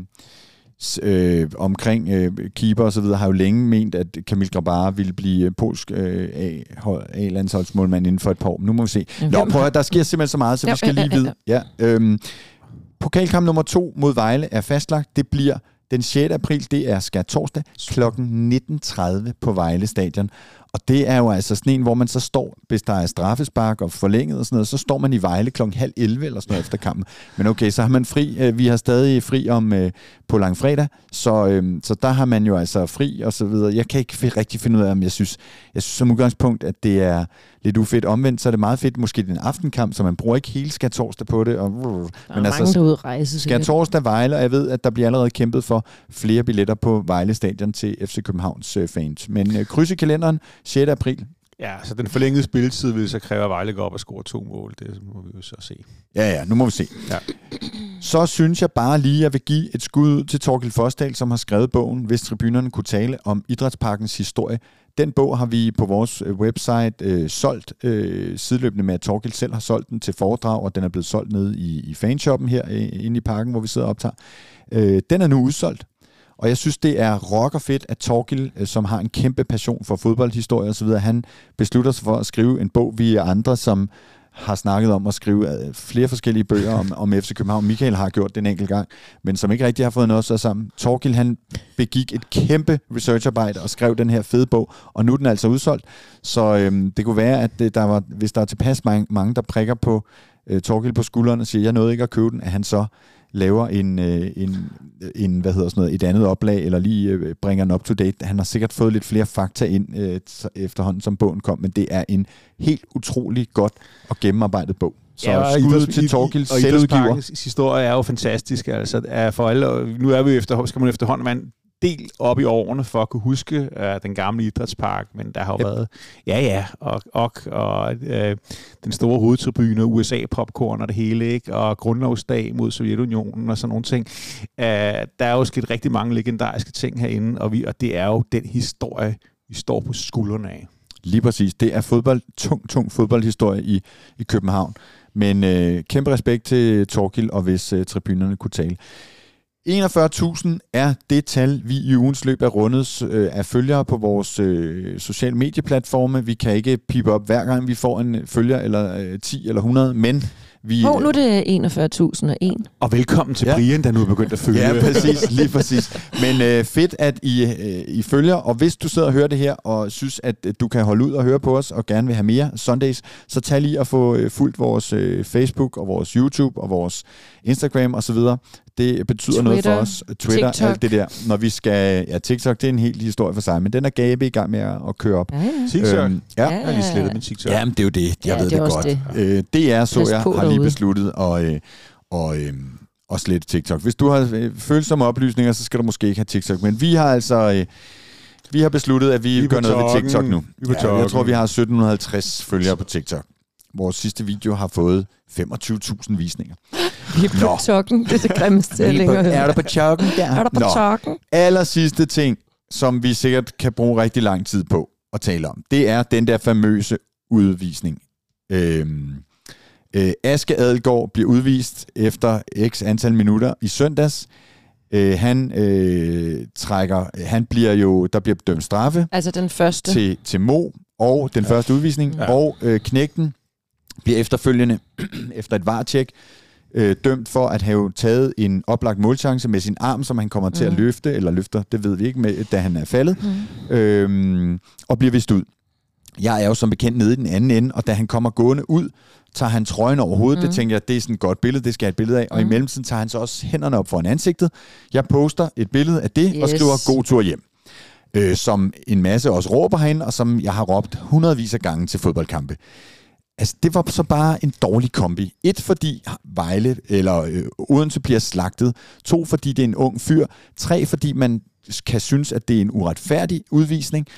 Øh, omkring øh, keeper og så videre, har jo længe ment, at Camille Grabara ville blive polsk øh, A-landsholdsmålmand inden for et par år. Nu må vi se. Nå, prøv at der sker simpelthen så meget, så vi skal lige vide. Ja, øhm, pokalkamp nummer to mod Vejle er fastlagt. Det bliver den sjette april. Det er skærtorsdag klokken nitten tredive på Vejle Stadion. Og det er jo altså sådan en, hvor man så står, hvis der er straffespark og forlænget og sådan noget, så står man i Vejle klokken halv elleve eller sådan noget efter kampen. Men okay, så har man fri. Vi har stadig fri om øh, på langfredag, så, øh, så der har man jo altså fri og så videre. Jeg kan ikke rigtig finde ud af, om jeg synes, jeg synes som udgangspunkt, at det er lidt ufedt. Omvendt, så er det meget fedt, måske den aftenkamp, så man bruger ikke hele skærtorsdag på det. Og, uh, der er men altså, mange, der rejse. Skærtorsdag Vejle, og jeg ved, at der bliver allerede kæmpet for flere billetter på Vejle Stadion til F C Københavns øh, fans. Men øh, kryds i kalenderen, sjette april. Ja, så den forlængede spilletid vil så kræve, at Vejle går op og score to mål. Det må vi jo så se. Ja, ja, nu må vi se. Ja. Så synes jeg bare lige, at jeg vil give et skud ud til Torkild Fosdal, som har skrevet bogen, Hvis tribunerne kunne tale, om Idrætsparkens historie. Den bog har vi på vores website øh, solgt øh, sideløbende med, at Torkild selv har solgt den til foredrag, og den er blevet solgt nede i, i fanshoppen her øh, inde i parken, hvor vi sidder og optager. Øh, den er nu udsolgt, og jeg synes, det er rocker fedt, at Torkild, øh, som har en kæmpe passion for fodboldhistorie osv., han beslutter sig for at skrive en bog. Vi er andre, som har snakket om at skrive flere forskellige bøger om, om F C København. Michael har gjort det en enkelt gang, men som ikke rigtig har fået noget så sammen. Torkild, han begik et kæmpe researcharbejde og skrev den her fede bog, og nu er den altså udsolgt. Så øhm, det kunne være, at der var, hvis der er tilpas mange, mange der prikker på øh, Torkild på skulderen og siger, jeg nåede ikke at købe den, at han så laver en, øh, en, en hvad hedder sådan noget, et andet oplag, eller lige øh, bringer den up to date. Han har sikkert fået lidt flere fakta ind øh, efterhånden, som bogen kom, men det er en helt utrolig godt og gennemarbejdet bog. Så ja, skud til Torkild, og selvudgiver. Historie er jo fantastisk. Altså, er for alle, nu er vi efter, skal man efterhånden være en del op i årene for at kunne huske uh, den gamle idrætspark, men der har jo yep. været ja ja, og, og, og uh, den store hovedtribune, U S A-popcorn og det hele, ikke? Og grundlovsdag mod Sovjetunionen og sådan nogle ting. Uh, der er jo sket rigtig mange legendariske ting herinde, og, vi, og det er jo den historie, vi står på skuldrene af. Lige præcis. Det er fodbold, tung, tung fodboldhistorie i, i København. Men øh, kæmpe respekt til Torkild, og hvis øh, tribunerne kunne tale. enogfyrre tusind er det tal, vi i ugens løb er rundet øh, af følgere på vores øh, sociale medieplatforme. Vi kan ikke pipe op hver gang, vi får en følger, eller øh, ti eller hundrede, men vi... Hvor nu er det enogfyrre tusind og en. Og velkommen til ja. Brian, der nu er begyndt at følge. Ja, præcis, lige præcis. Men øh, fedt, at I, øh, I følger, og hvis du sidder og hører det her, og synes, at du kan holde ud og høre på os, og gerne vil have mere Sundays, så tag lige at få øh, fulgt vores øh, Facebook, og vores YouTube, og vores Instagram osv. Det betyder Twitter, noget for os. Twitter, TikTok. Alt det der. Når vi skal... Ja, TikTok, det er en helt historie for sig, men den er Gabe i gang med at, at køre op. Ja, ja. TikTok? Øhm, ja. Jeg har lige slettet min TikTok. Jamen, det er jo det. Jeg ja, ved det, det godt. Det. Øh, D R, så jeg, har lige besluttet at, øh, og, øh, at slette TikTok. Hvis du har øh, følsomme oplysninger, så skal du måske ikke have TikTok. Men vi har altså... Øh, vi har besluttet, at vi, vi gør noget ved TikTok nu. Ja, jeg tror, vi har sytten halvtreds følgere på TikTok. Vores sidste video har fået femogtyve tusind visninger. Vi er på tokken. Det er det grimmeste jeg længere. Er der på tokken der? Er der på tokken? Aller sidste ting, som vi sikkert kan bruge rigtig lang tid på at tale om, det er den der famøse udvisning. Øhm, øh, Aske Adelgaard bliver udvist efter x antal minutter i søndags. Øh, han øh, trækker, han bliver jo, der bliver dømt straffe. Altså den første. Til, til Mo, og den ja. første udvisning, ja. og øh, knægten bliver efterfølgende, efter et var-tjek, øh, dømt for at have taget en oplagt målchance med sin arm, som han kommer til mm. at løfte, eller løfter, det ved vi ikke, med, da han er faldet, mm. øhm, og bliver vist ud. Jeg er jo som bekendt nede i den anden ende, og da han kommer gående ud, tager han trøjen over hovedet. Mm. Det tænker jeg, det er sådan et godt billede, det skal jeg have et billede af. Og mm. i mellemtiden tager han så også hænderne op foran ansigtet. Jeg poster et billede af det, yes. og skriver god tur hjem. Øh, som en masse også råber herinde, og som jeg har råbt hundredvis af gange til fodboldkampe. Altså, det var så bare en dårlig kombi. Et, fordi Vejle eller øh, Odense bliver slagtet. To, fordi det er en ung fyr. Tre, fordi man kan synes, at det er en uretfærdig udvisning.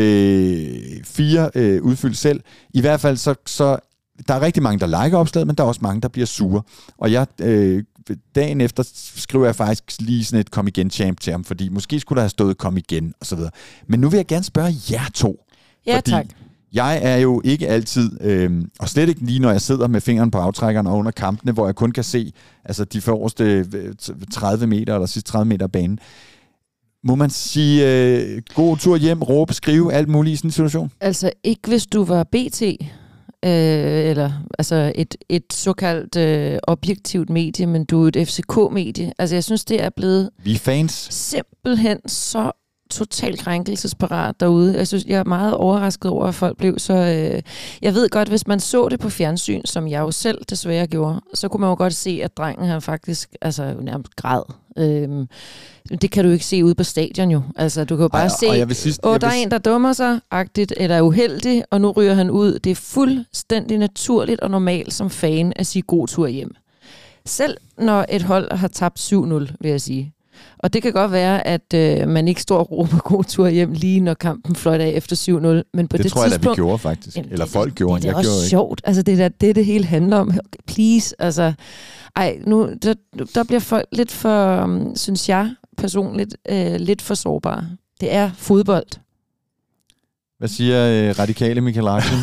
Øh, fire, øh, udfyldt selv. I hvert fald, så, så der er rigtig mange, der liker opslaget, men der er også mange, der bliver sure. Og jeg, øh, dagen efter skriver jeg faktisk lige sådan et kom igen champ til ham, fordi måske skulle der have stået kom igen, og så videre. Men nu vil jeg gerne spørge jer to. Ja, fordi tak. Jeg er jo ikke altid, øh, og slet ikke lige når jeg sidder med fingeren på aftrækkeren og under kampene, hvor jeg kun kan se altså de forreste tredive meter eller sidste tredive meter af banen. Må man sige øh, god tur hjem, råbe, skrive, alt muligt i sådan en situation? Altså ikke hvis du var B T, øh, eller altså et, et såkaldt øh, objektivt medie, men du er et F C K-medie. Altså jeg synes, det er blevet... Vi er fans. Simpelthen så totalt krænkelsesparat derude. Jeg synes, jeg er meget overrasket over, at folk blev så... Øh... Jeg ved godt, hvis man så det på fjernsyn, som jeg jo selv desværre gjorde, så kunne man jo godt se, at drengen han faktisk altså nærmest græd. Øhm, det kan du ikke se ude på stadion jo. Altså, du kan jo bare Ej, se, åh, sidst, der vil... er en, der dummer sig, agtigt, eller er uheldig, og nu ryger han ud. Det er fuldstændig naturligt og normalt som fan at sige god tur hjem. Selv når et hold har tabt syv nul, vil jeg sige. Og det kan godt være, at øh, man ikke står og råber god tur hjem lige når kampen fløjter af efter syv nul. Men på det, det tror tidspunkt, jeg da, vi gjorde faktisk. Jamen, Eller det, folk gjorde. Det, det er jeg også gjorde sjovt. Altså, det er det, det hele handler om. Please. Altså, ej, nu, der, der bliver folk lidt for, um, synes jeg personligt, øh, lidt for sårbare. Det er fodbold. Hvad siger øh, radikale Michael Larsen?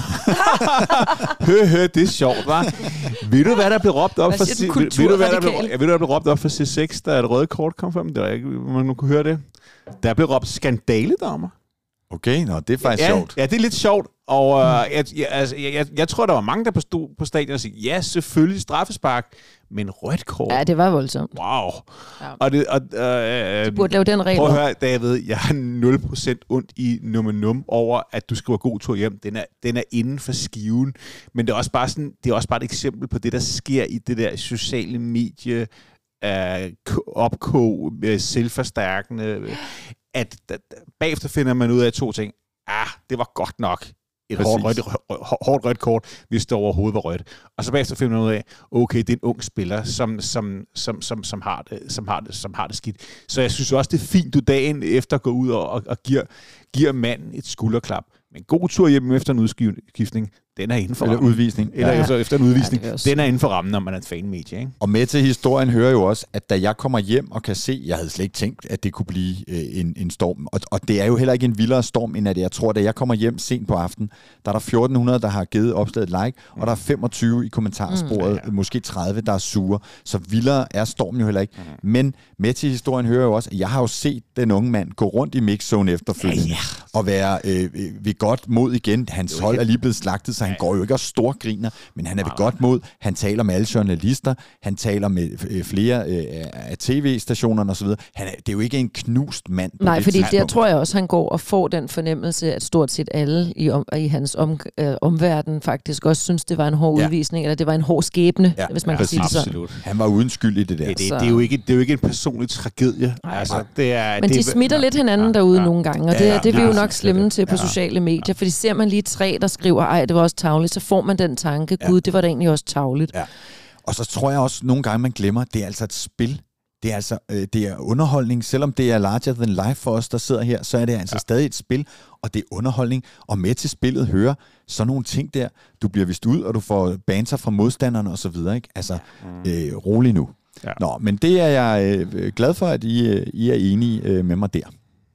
Hø, hø, det er sjovt, hva'? Ved du, hvad der blev råbt op for C seks? Ved du, hvad der blev, ved du, hvad der blev råbt op for C seks, da et røde kort kom frem? Det var ikke, man nu kunne høre det. Der blev råbt skandaledommer. Okay, nå, det er faktisk ja, sjovt. Ja, det er lidt sjovt. Og øh, jeg, jeg, altså, jeg, jeg, jeg tror, der var mange, der stod på stadion og sagde, ja, selvfølgelig straffespark, men rødt kort. Ja, det var voldsomt. Wow. Ja. Og det, og, øh, du burde lave den regel. Prøv at høre, David, jeg har nul procent ondt i nummer num over, at du skriver god tur hjem. Den er, den er inden for skiven. Men det er også bare sådan, det er også bare et eksempel på det, der sker i det der sociale medie, øh, opkog, øh, selvforstærkende, at, at bagefter finder man ud af to ting. Ah, det var godt nok et hårdt rødt, hårdt rødt kort, hvis det overhovedet var rødt. Og så bagefter finder man ud af, okay, det er en ung spiller, som, som, som, som, som, har det, som, har det, som har det skidt. Så jeg synes også, det er fint, du dagen efter går ud og, og, og giver, giver manden et skulderklap. Men god tur hjem efter en udskiftning, den er inden for Eller rammen. udvisning. Eller ja. efter, efter en udvisning. Ja, den er inden for rammen, når man er et fanmedie, ikke? Og med til historien hører jo også, at da jeg kommer hjem og kan se, jeg havde slet ikke tænkt, at det kunne blive øh, en, en storm. Og, og det er jo heller ikke en vildere storm, end at jeg tror, da jeg kommer hjem sent på aften, der er der fjorten hundrede, der har givet opslaget like, mm. og der er femogtyve i kommentarsporet, mm, ja, ja. måske tredive, der er sure. Så vildere er stormen jo heller ikke. Mm. Men med til historien hører jo også, at jeg har jo set den unge mand gå rundt i mixzone efterfølgende, ja, ja. og være øh, ved godt mod igen. Hans hold er lige blevet slagtet, så han ja, ja. går jo ikke og storgriner, men han er ved ja, godt mod. Han taler med alle journalister, han taler med øh, flere øh, af tv-stationerne osv. Han er, det er jo ikke en knust mand. Nej, det fordi tidspunkt. der tror jeg også, han går og får den fornemmelse, at stort set alle i, om, i hans om, øh, omverden faktisk også synes, det var en hård ja. udvisning, eller det var en hård skæbne, ja, hvis man ja, kan sige det sådan. Han var uden skyld i det der. Det, det, det, er, jo ikke, det er jo ikke en personlig tragedie. Altså, det er, men det, de smitter ja, lidt hinanden ja, derude ja, nogle gange, og det, ja, ja, det er vi jo nok slemme til på ja, sociale medier, fordi ser man lige tre, der skriver, ej, det var også tarveligt, så får man den tanke, gud, det var da egentlig også tarveligt. Ja. Og så tror jeg også, nogle gange man glemmer, det er altså et spil. Det er altså øh, det er underholdning. Selvom det er larger than life for os, der sidder her, så er det altså ja. stadig et spil, og det er underholdning. Og med til spillet hører sådan nogle ting der. Du bliver vist ud, og du får banter fra modstanderne og så videre, ikke? Altså, mm. øh, rolig nu. Ja. Nå, men det er jeg øh, glad for, at I, øh, I er enige øh, med mig der.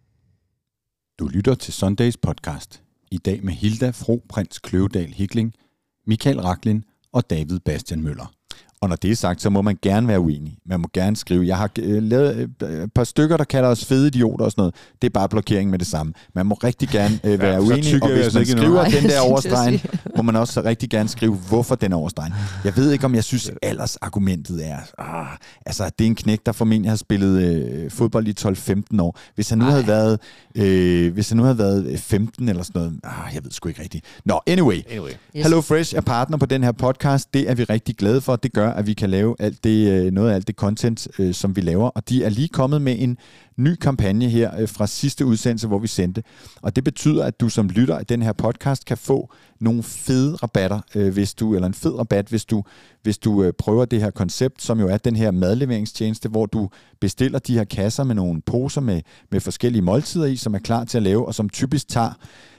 Du lytter til Sundays podcast. I dag med Hilda Fro Prins Kløvedal Hikling, Michael Raklin og David Bastian Møller. Og når det er sagt, så må man gerne være uenig. Man må gerne skrive. Jeg har øh, lavet øh, et par stykker, der kalder os fede idioter og sådan noget. Det er bare blokering med det samme. Man må rigtig gerne øh, være ja, uenig, og hvis man skriver den der overstregen, må man også rigtig gerne skrive, hvorfor den er overstregen. Jeg ved ikke, om jeg synes, aldersargumentet er... Ah, altså, det er en knægt, der formentlig har spillet øh, fodbold i tolv femten år. Hvis han nu Ej. havde været øh, hvis han nu havde været femten eller sådan noget... Ah, jeg ved sgu ikke rigtigt. Nå, anyway. anyway. Yes. Hello Fresh er partner på den her podcast. Det er vi rigtig glade for. Det gør, at vi kan lave alt det, noget af alt det content, øh, som vi laver. Og de er lige kommet med en ny kampagne her øh, fra sidste udsendelse, hvor vi sendte. Og det betyder, at du som lytter af den her podcast kan få nogle fede rabatter, øh, hvis du, eller en fed rabat, hvis du, hvis du øh, prøver det her koncept, som jo er den her madleveringstjeneste, hvor du bestiller de her kasser med nogle poser med, med forskellige måltider i, som er klar til at lave, og som typisk tager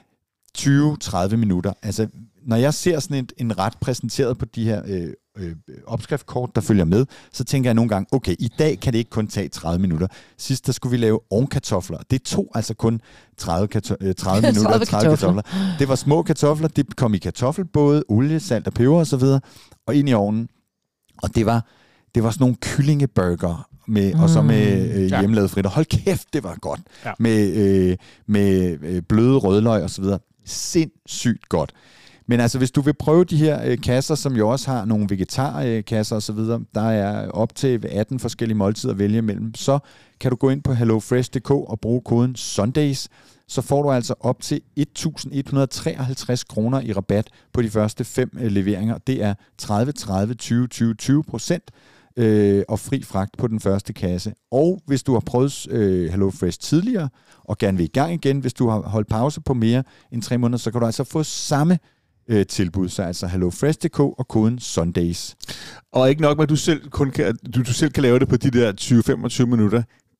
tyve til tredive minutter. Altså, når jeg ser sådan en, en ret præsenteret på de her øh, øh, opskriftkort, der følger med, så tænker jeg nogle gange, okay, i dag kan det ikke kun tage tredive minutter. Sidst, der skulle vi lave ovenkartofler. Det tog altså kun tredive, karto- tredive minutter og tredive kartofler. Det var små kartofler, det kom i kartoffelbåde, olie, salt og peber og så videre, og ind i ovnen. Og det var, det var sådan nogle kyllingeburger, med, mm. og så med øh, hjemmelavet fritter. Hold kæft, det var godt. Ja. Med, øh, med øh, bløde rødløg og så videre. Sindssygt godt. Men altså, hvis du vil prøve de her øh, kasser, som jo også har nogle vegetarkasser og så videre, der er op til atten forskellige måltider at vælge imellem, så kan du gå ind på hellofresh punktum d k og bruge koden Sundays. Så får du altså op til et tusind et hundrede og treoghalvtreds kroner i rabat på de første fem øh, leveringer. Det er tredive, tredive, tyve, tyve, tyve procent. Øh, og fri fragt på den første kasse. Og hvis du har prøvet øh, HelloFresh tidligere, og gerne vil i gang igen, hvis du har holdt pause på mere end tre måneder, så kan du altså få samme øh, tilbud. Så altså hellofresh punktum d k og koden Sundays. Og ikke nok med, at du selv, kun kan, du, du selv kan lave det på de der tyve til femogtyve minutter.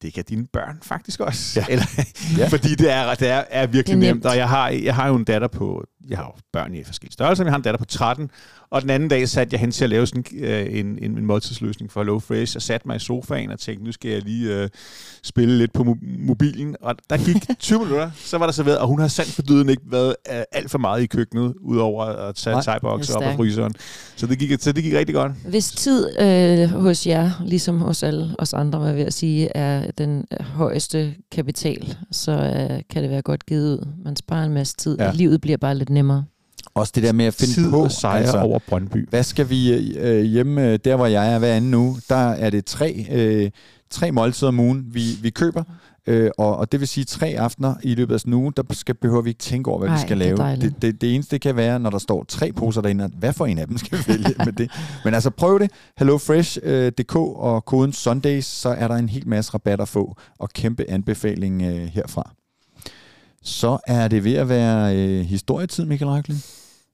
det kan dine børn faktisk også. Ja. Eller, ja. Fordi det er, det er, er virkelig det er nemt. nemt. Og jeg har, jeg har jo en datter på, jeg har jo børn i forskellige størrelser, men jeg har en datter på tretten, og den anden dag satte jeg hen til at lave sådan øh, en, en, en måltidsløsning for HelloFresh, og satte mig i sofaen og tænkte, nu skal jeg lige øh, spille lidt på mo- mobilen, og der gik tyve minutter, så var der serveret, og hun har sandt for dyden ikke været øh, alt for meget i køkkenet, udover at tage thai-bokser op af fryseren. Så det gik, så det gik rigtig godt. Hvis tid øh, hos jer, ligesom hos alle os andre, hvad jeg vil sige, er den højeste kapital, så øh, kan det være godt givet ud. Man sparer en masse tid, ja. Og livet bliver bare lidt nemmere. Også det der med at finde tid på, sejre altså, over Brøndby. Hvad skal vi øh, hjemme, der hvor jeg er hver anden uge, der er det tre, øh, tre måltider om ugen, vi, vi køber. Øh, og, og det vil sige tre aftener i løbet af sådan en uge, der skal, behøver vi ikke tænke over, hvad Ej, vi skal lave. Det, det, det, det eneste det kan være, når der står tre poser derinde, hvad for en af dem skal vi vælge med det. Men altså prøv det. HelloFresh punktum d k og koden Sundays, så er der en hel masse rabat at få, og kæmpe anbefaling øh, herfra. Så er det ved at være øh, historietid, Michael Rakling.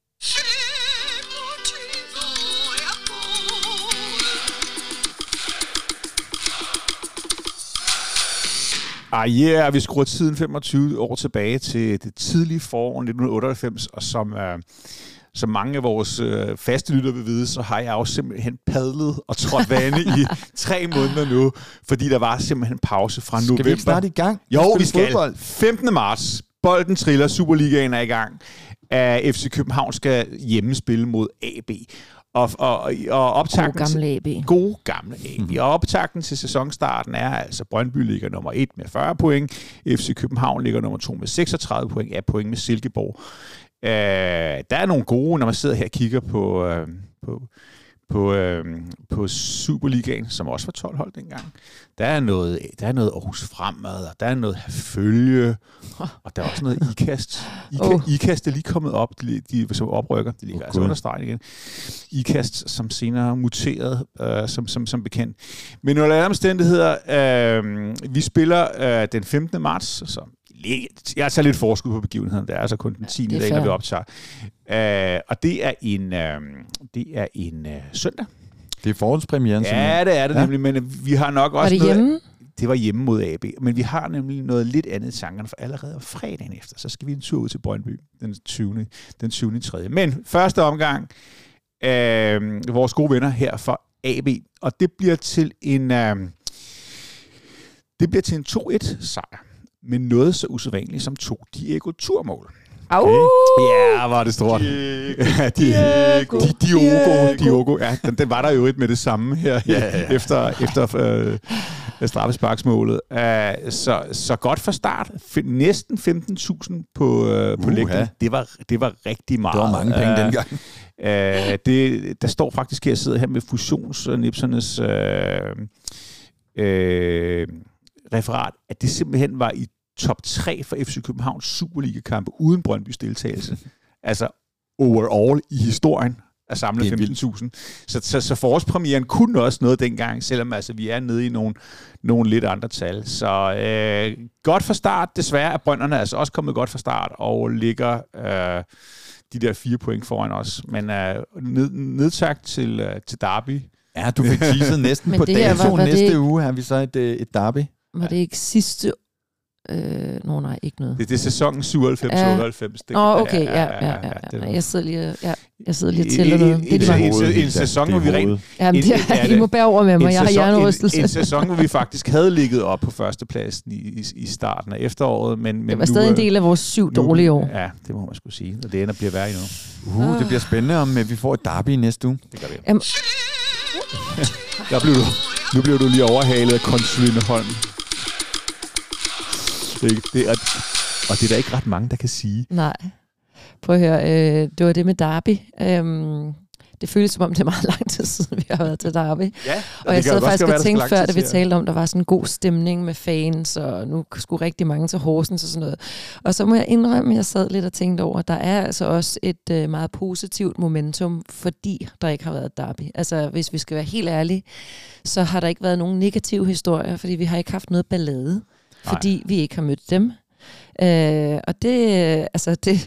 Ah yeah, vi skruer tiden femogtyve år tilbage til det tidlige forår nitten otteoghalvfems, og som, øh, som mange af vores øh, faste lytter vil vide, så har jeg jo simpelthen padlet og trådt vande i tre måneder nu, fordi der var simpelthen en pause fra november. Skal vi ikke starte i gang? Jo, vi skal. Fodbold. femtende marts. Bolden triller, Superligaen er i gang. Uh, F C København skal hjemmespille mod A B. Og, og, og optakten God gamle A B. God gamle A B. Mm-hmm. Og optakten til sæsonstarten er altså, Brøndby ligger nummer et med fyrre point. F C København ligger nummer to med seksogtredive point. Er point med Silkeborg. Uh, der er nogle gode, når man sidder her og kigger på... Uh, på På, øh, på Superligaen, som også var tolv hold dengang. Der er noget, der er noget Aarhus Fremad, og der er noget Herfølge, og der er også noget IKAST. IKAST, oh. IKAST er lige kommet op, de, de som oprykker, det ligger oh, altså understreget igen. IKAST, som senere muterede, øh, som, som, som bekendt. Men under alle omstændigheder, øh, vi spiller øh, den femtende marts, så jeg tager lidt forskud på begivenheden. Det er altså kun den tiende ja, dag, når vi optager. Uh, og det er en, uh, det er en uh, søndag. Det er forårspremieren. Ja, det er det ja. nemlig, men vi har nok også... Var det noget, hjemme? Det var hjemme mod A B. Men vi har nemlig noget lidt andet i tankerne, for allerede fredagen efter, så skal vi en tur ud til Brøndby den tyvende den tyvende tredje Men første omgang, uh, vores gode venner her fra A B, og det bliver til en, uh, det bliver til en to et sejr. Men noget så usædvanligt som to Diego Turmål. Au! Ja, var det stort. Diego. Diego. Diogo. Diogo. Ja, den, den var der jo et med det samme her ja, ja, ja. efter, efter øh, straffesparksmålet. Uh, så, så godt fra start. F- næsten femten tusind på, øh, på uh, lægten. Det var, det var rigtig meget. Det var mange penge uh, dengang. Uh, det, der står faktisk her, jeg sidder her med fusionsnipsernes... Øh, øh, referat, at det simpelthen var i top tre for F C Københavns Superliga-kampe uden Brøndbys deltagelse. Altså overall i historien at samle femten tusind. Så, så, så forårspremieren kunne også noget dengang, selvom altså, vi er nede i nogle, nogle lidt andre tal. Så øh, godt fra start. Desværre er Brønderne altså også kommet godt fra start og ligger øh, de der fire point foran os. Men øh, ned, nedtakt til, øh, til Derby. Ja, du fik teaset næsten på datoen næste det... uge. Har vi så et, et Derby. Var det ikke sidste... Øh, Nå nej, ikke noget. Det, det er sæsonen syvoghalvfems otteoghalvfems. Åh, oh, okay, ja, ja, ja. ja, ja. Jeg sidder lige, ja, jeg sidder lige og tæller noget. Det er en, en, en sæson, hvor vi rent... Jamen, det er, I må bære over med mig, jeg har hjernerystelse. En, en sæson, hvor vi faktisk havde ligget op på førstepladsen i, i, i starten af efteråret, men... men det var nu, stadig en del af vores syv dårlige år. Ja, det må man sgu sige, og det ender bliver værre endnu. Uh, det bliver spændende, om vi får et derby næste uge. Det gør vi. Jamen. Der blev du, nu blev du lige overhalet af Konsuline Holm. Det, det er, og det er der ikke ret mange, der kan sige. Nej. Prøv at høre, øh, det var det med Derby. Øhm, det føles som om, det er meget lang tid siden, vi har været til Derby. Ja, og jeg sad faktisk og tænkte før, da vi talte om, der var sådan en god stemning med fans, og nu skulle rigtig mange til Horsens og sådan noget. Og så må jeg indrømme, at jeg sad lidt og tænkte over, at der er altså også et øh, meget positivt momentum, fordi der ikke har været Derby. Altså, hvis vi skal være helt ærlige, så har der ikke været nogen negative historier, fordi vi har ikke haft noget ballade. Fordi Nej. vi ikke har mødt dem. Øh, og det, altså det,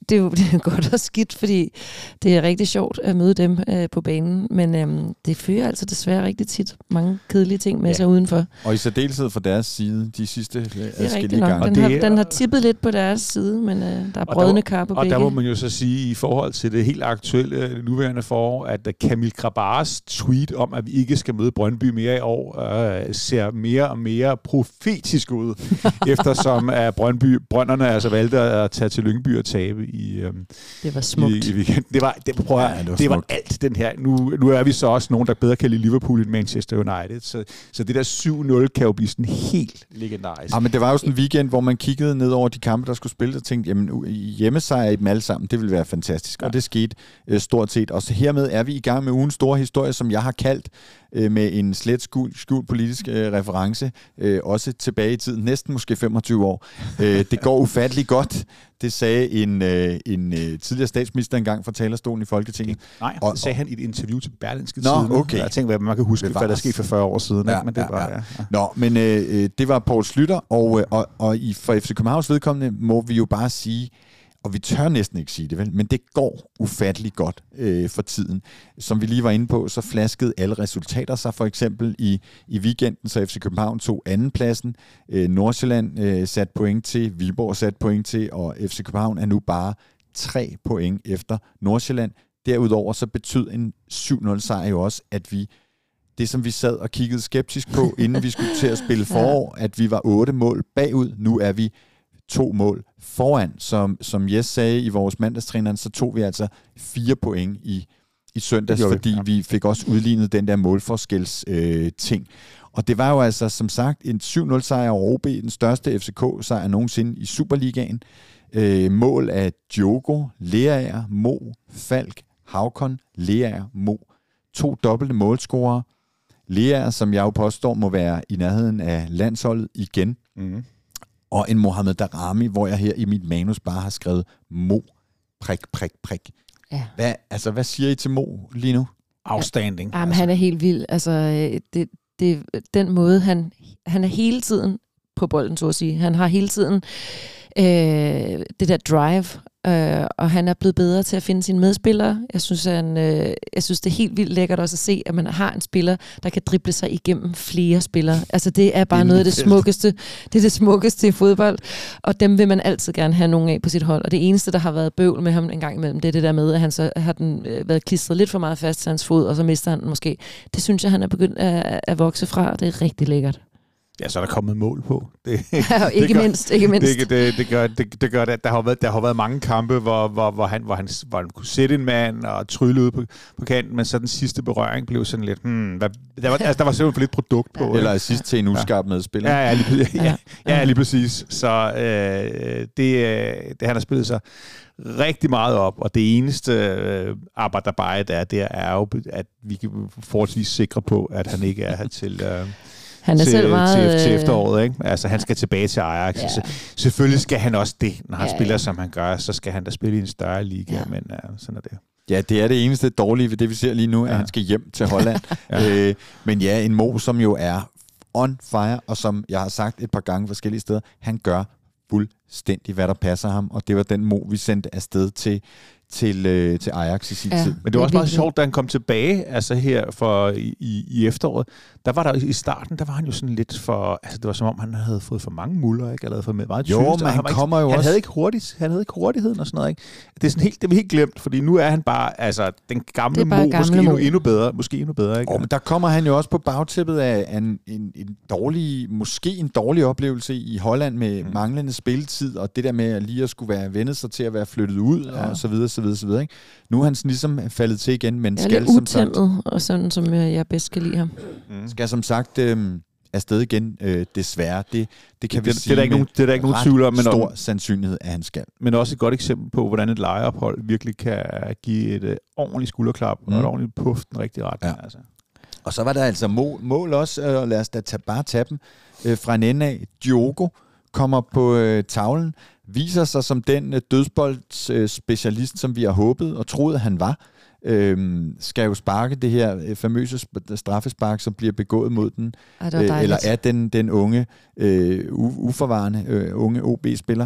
det, er jo, det er godt og skidt, fordi det er rigtig sjovt at møde dem øh, på banen, men øh, det fører altså desværre rigtig tit mange kedelige ting med ja. sig udenfor. Og i særdeleshed fra deres side, de sidste adskillige gange. Den, har, den har tippet lidt på deres side, men øh, der er brødende kar på og begge. Og der må man jo så sige, i forhold til det helt aktuelle nuværende forår, at Camille Grabars tweet om, at vi ikke skal møde Brøndby mere i år, øh, ser mere og mere profetisk ud, eftersom at Brøndby, Brønderne altså valgte at tage til Lyngby og tabe i øh, det var smukt. I, i weekenden. Det var, det, prøv at, ja, det var, det var alt den her. Nu, nu er vi så også nogen, der bedre kan lide Liverpool end Manchester United, så, så det der syv nul kan jo blive sådan helt legendarisk. Ja, men det var jo sådan en weekend, hvor man kiggede ned over de kampe, der skulle spilles, og tænkte, jamen hjemmesejr i dem alle sammen, det ville være fantastisk, ja. Og det skete øh, stort set. Og så hermed er vi i gang med ugens store historie, som jeg har kaldt øh, med en slet skjult, skjult politisk øh, reference, øh, også tilbage i tiden, næsten måske femogtyve år. Øh, det går ufatteligt godt. Det sagde en, øh, en øh, tidligere statsminister engang fra talerstolen i Folketinget. Nej, og, det sagde han i et interview til Berlingske Nå, Tidende. Okay. Jeg tænker, hvad man kan huske, hvad der skete for fyrre år siden. Ja, men det ja, var, ja. Ja, ja. Nå, men øh, det var Poul Schlüter, og, og, og i, for F C Københavns vedkommende må vi jo bare sige, og vi tør næsten ikke sige det, vel, men det går ufatteligt godt øh, for tiden. Som vi lige var inde på, så flaskede alle resultater sig. For eksempel i, i weekenden, så F C København tog andenpladsen. Øh, Nordsjælland øh, sat point til, Viborg sat point til, og F C København er nu bare tre point efter Nordsjælland. Derudover så betød en syv nul sejr jo også, at vi, det som vi sad og kiggede skeptisk på, inden vi skulle til at spille forår, at vi var otte mål bagud. Nu er vi to mål foran. Som, som Jes sagde i vores mandagstræneren, så tog vi altså fire point i, i søndags, fordi ja. vi fik også udlignet den der målforskels øh, ting. Og det var jo altså, som sagt, en syv nul sejr over O B, den største F C K-sejr nogensinde i Superligaen. Øh, mål af Diogo, Leaer, Mo, Falk, Haukon, Leaer, Mo. To dobbelte målscorere. Leaer, som jeg jo påstår, må være i nærheden af landsholdet igen. Mm. Og en Mohamed Darami, hvor jeg her i mit manus bare har skrevet Mo, prik, prik, prik. Ja. Hvad, altså, hvad siger I til Mo lige nu? Outstanding. Ja, jamen, altså. Han er helt vild. Altså, det, det, den måde, han, han er hele tiden på bolden, så at sige. Han har hele tiden øh, det der drive, øh, og han er blevet bedre til at finde sine medspillere. Jeg synes, han, øh, jeg synes, det er helt vildt lækkert også at se, at man har en spiller, der kan drible sig igennem flere spillere. Altså, det er bare noget af det smukkeste. Det er det smukkeste i fodbold, og dem vil man altid gerne have nogen af på sit hold. Og det eneste, der har været bøvl med ham en gang imellem, det er det der med, at han så har den øh, været klistret lidt for meget fast til hans fod, og så mister han den måske. Det synes jeg, han er begyndt at, at vokse fra, og det er rigtig lækkert. Ja, så er der kommet mål på. Det, ja, ikke det gør, mindst, ikke mindst. Det, det, det, gør, det, det gør det. Der har været, der har været mange kampe, hvor, hvor, hvor, han, hvor, han, hvor han kunne sætte en mand og trylle ud på, på kanten, men så den sidste berøring blev sådan lidt, hmm, hvad, der, var, altså, der var simpelthen for lidt produkt på. Eller assist til en uskarp ja. medspiller. Ja, ja, lige, ja, ja, ja, lige præcis. Så øh, det, det, han har spillet sig rigtig meget op, og det eneste øh, arbejde, der bare er der, det er jo, at vi kan forholdsvis sikre på, at han ikke er her til... Øh, Han er til, selv meget... til, til efteråret, ikke? Altså, han skal tilbage til Ajax. Ja. Så, selvfølgelig skal han også det, når han ja, spiller, ja. som han gør. Så skal han da spille i en større liga, ja. men uh, sådan er det. Ja, det er det eneste dårlige ved det, vi ser lige nu, at ja. han skal hjem til Holland. ja. øh, men ja, en Mo, som jo er on fire, og som jeg har sagt et par gange forskellige steder, han gør fuldstændig, hvad der passer ham, og det var den Mo, vi sendte afsted til Til, øh, til Ajax i sin ja, tid. Men det var også meget sjovt, da han kom tilbage, altså her for i, i, i efteråret, der var der i starten, der var han jo sådan lidt for, altså det var som om, han havde fået for mange muller, ikke? Eller havde fået med meget jo, men han, han kommer ikke, jo han også... Havde ikke hurtigt, han havde ikke hurtigheden og sådan noget, ikke? Det er sådan helt, det er vi helt glemt, fordi nu er han bare, altså den gamle Mo, gamle måske Mo. endnu bedre, måske endnu bedre, ikke? Oh, men der kommer han jo også på bagtæppet af en, en, en dårlig, måske en dårlig oplevelse i Holland med mm. manglende spilletid, og det der med lige at skulle være vendet sig til at være flyttet ud, ja. og så videre, så videre, så videre, ikke? Nu er han ligesom faldet til igen, men skal som sagt... og sådan, som jeg bedst kan lide ham. Mm. Skal som sagt øh, afsted igen, øh, desværre. Det, det kan det, vi det, sige det er der ikke nogen, det er der ikke nogen tvivl om, men stor sandsynlighed, at han skal. Men også et godt eksempel på, hvordan et lejeophold virkelig kan give et øh, ordentligt skulderklap mm. og et ordentligt puff den rigtige retning. Ja. Altså. Og så var der altså mål, mål også, og lad os da tage, bare tage dem øh, fra en ende af. Diogo kommer på øh, tavlen, viser sig som den øh, dødsboldsspecialist, øh, som vi har håbet og troet, han var. Øhm, skal jo sparke det her øh, famøse straffespark, som bliver begået mod den, Ej, øh, eller af den, den unge, øh, uforvarende øh, unge O B-spiller.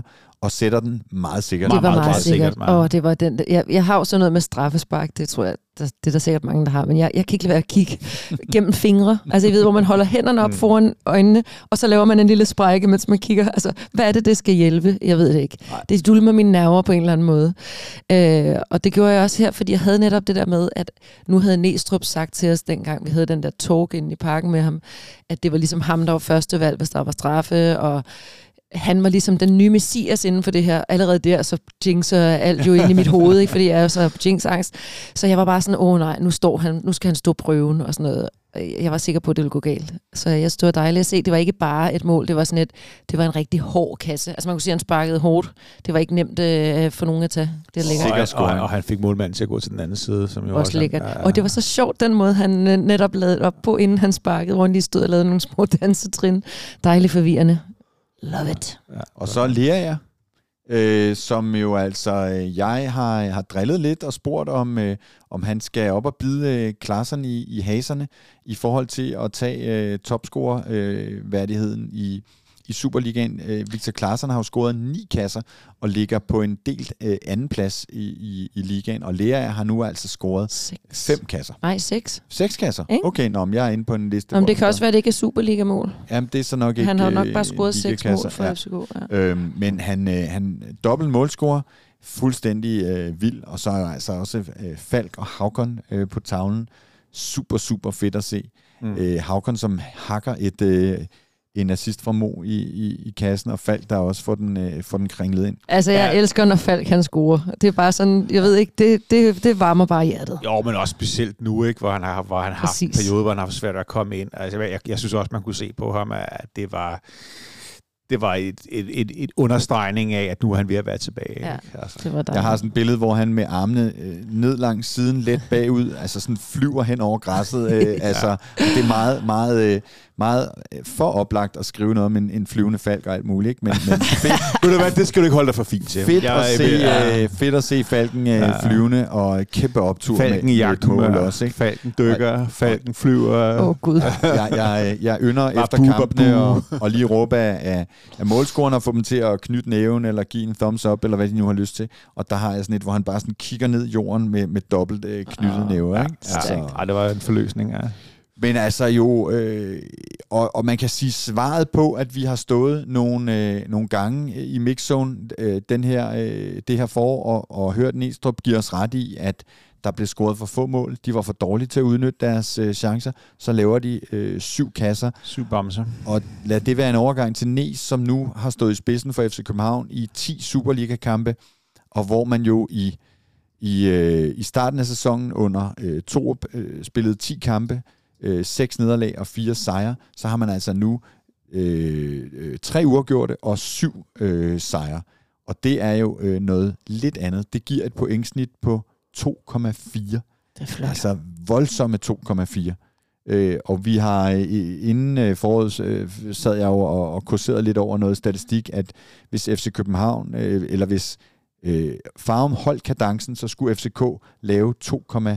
og sætter den meget sikkert. Det var meget, meget, meget sikkert. sikkert Og det var den, jeg, jeg har jo sådan noget med straffespark, det tror jeg, der, det er der sikkert mange, der har, men jeg, jeg kan ikke lade være at kigge gennem fingre. Altså jeg ved, hvor man holder hænderne op mm. foran øjnene, og så laver man en lille sprække, mens man kigger. Altså, hvad er det, det skal hjælpe? Jeg ved det ikke. Nej. Det dulmer mine nerver på en eller anden måde. Øh, og det gjorde jeg også her, fordi jeg havde netop det der med, at nu havde Næstrup sagt til os, dengang vi havde den der talk inde i parken med ham, at det var ligesom ham, der var første valg, hvis der var straffe, og han var ligesom den nye messias inden for det her. Allerede der, så jinxer alt jo ind i mit hoved, ikke? Fordi jeg er jo så jinx-angst. Så jeg var bare sådan, åh nej, nu, står han, nu skal han stå prøven og sådan noget. Jeg var sikker på, at det ville gå galt. Så jeg stod dejligt at se. Det var ikke bare et mål, det var sådan et, det var en rigtig hård kasse. Altså man kunne sige, at han sparkede hårdt. Det var ikke nemt øh, for nogen at tage. Det er og, og, og han fik målmanden til at gå til den anden side. Som jo også, også lækkert. Ja, ja. Og det var så sjovt, den måde, han netop lavede op på, inden han sparkede, hvor han lige stod og lavede nogle små dansetrin. Dejligt forvirrende. Love it. Ja. Og så Lea jeg, øh, som jo altså, jeg har, har drillet lidt og spurgt, om, øh, om han skal op og bide øh, klasserne i, i haserne i forhold til at tage øh, topscorer-værdigheden øh, i, i Superligaen. Øh, Victor Claesson har jo scoret ni kasser og ligger på en delt øh, anden plads i, i, i ligaen, og Lea har nu altså scoret seks. fem kasser. Nej, seks. Seks kasser? Ikke? Okay, nå, men jeg er inde på en liste. Om det kan også være, at det ikke er Superliga-mål. Jamen, det er så nok ikke. Han har nok bare scoret seks mål for ja. F C K. Ja. Øhm, men han, øh, han dobbelt målscorer, fuldstændig øh, vild, og så er altså også øh, Falk og Haukon øh, på tavlen. Super, super fedt at se. Mm. Øh, Haukon, som hakker et... Øh, en assist fra Mo i, i, i kassen, og Falk, der også får den, øh, får den kringlet ind. Altså, jeg ja. elsker, når Falk kan score. Det er bare sådan, jeg ved ikke, det, det, det varmer bare hjertet. Jo, men også specielt nu, ikke, hvor han har, hvor han har haft en periode, hvor han har haft svært at komme ind. Altså, jeg, jeg synes også, man kunne se på ham, at det var... Det var et, et, et, et understregning af, at nu er han ved at være tilbage. Ja, altså. Det var jeg har sådan et billede, hvor han med armene øh, ned langs siden, let bagud, altså sådan flyver hen over græsset. Øh, ja. Altså, det er meget, meget, øh, meget for oplagt at skrive noget om en, en flyvende falk og alt muligt. Ikke? Men, men fedt, Ved du hvad, det skal du ikke holde dig for fint til. Fedt, at se, øh, fedt at se falken øh, ja. flyvende og kæmpe optur falken med, med et mål også. Ikke? Falken dykker, falken flyver. Åh oh, gud. jeg, jeg, jeg ynder efter kampene og, og lige råbe af, af målscorerne og få dem til at knytte næven eller give en thumbs up, eller hvad de nu har lyst til. Og der har jeg sådan et, hvor han bare sådan kigger ned i jorden med, med dobbelt øh, knyttet ah, næve. Ja, ikke? Altså, ja, det var en forløsning, ja. Men altså jo, øh, og, og man kan sige svaret på, at vi har stået nogle, øh, nogle gange i mixzone øh, den her, øh, det her forår, og, og hørt Næstrup give os ret i, at der blev scoret for få mål. De var for dårlige til at udnytte deres øh, chancer. Så laver de øh, syv kasser. Syv bamser. Og lad det være en overgang til Næs, som nu har stået i spidsen for F C København i ti Superliga-kampe, og hvor man jo i, i, øh, i starten af sæsonen under øh, to øh, spillede ti kampe, øh, seks nederlag og fire sejre, så har man altså nu øh, øh, tre uafgjorte og syv øh, sejre. Og det er jo øh, noget lidt andet. Det giver et pointsnit på to komma fire. Det er flot. Altså voldsomme to komma fire. Øh, og vi har øh, inden øh, foråret øh, sad jeg jo og, og kurserede lidt over noget statistik, at hvis F C København, øh, eller hvis øh, Farum holdt kadencen, så skulle F C K lave to komma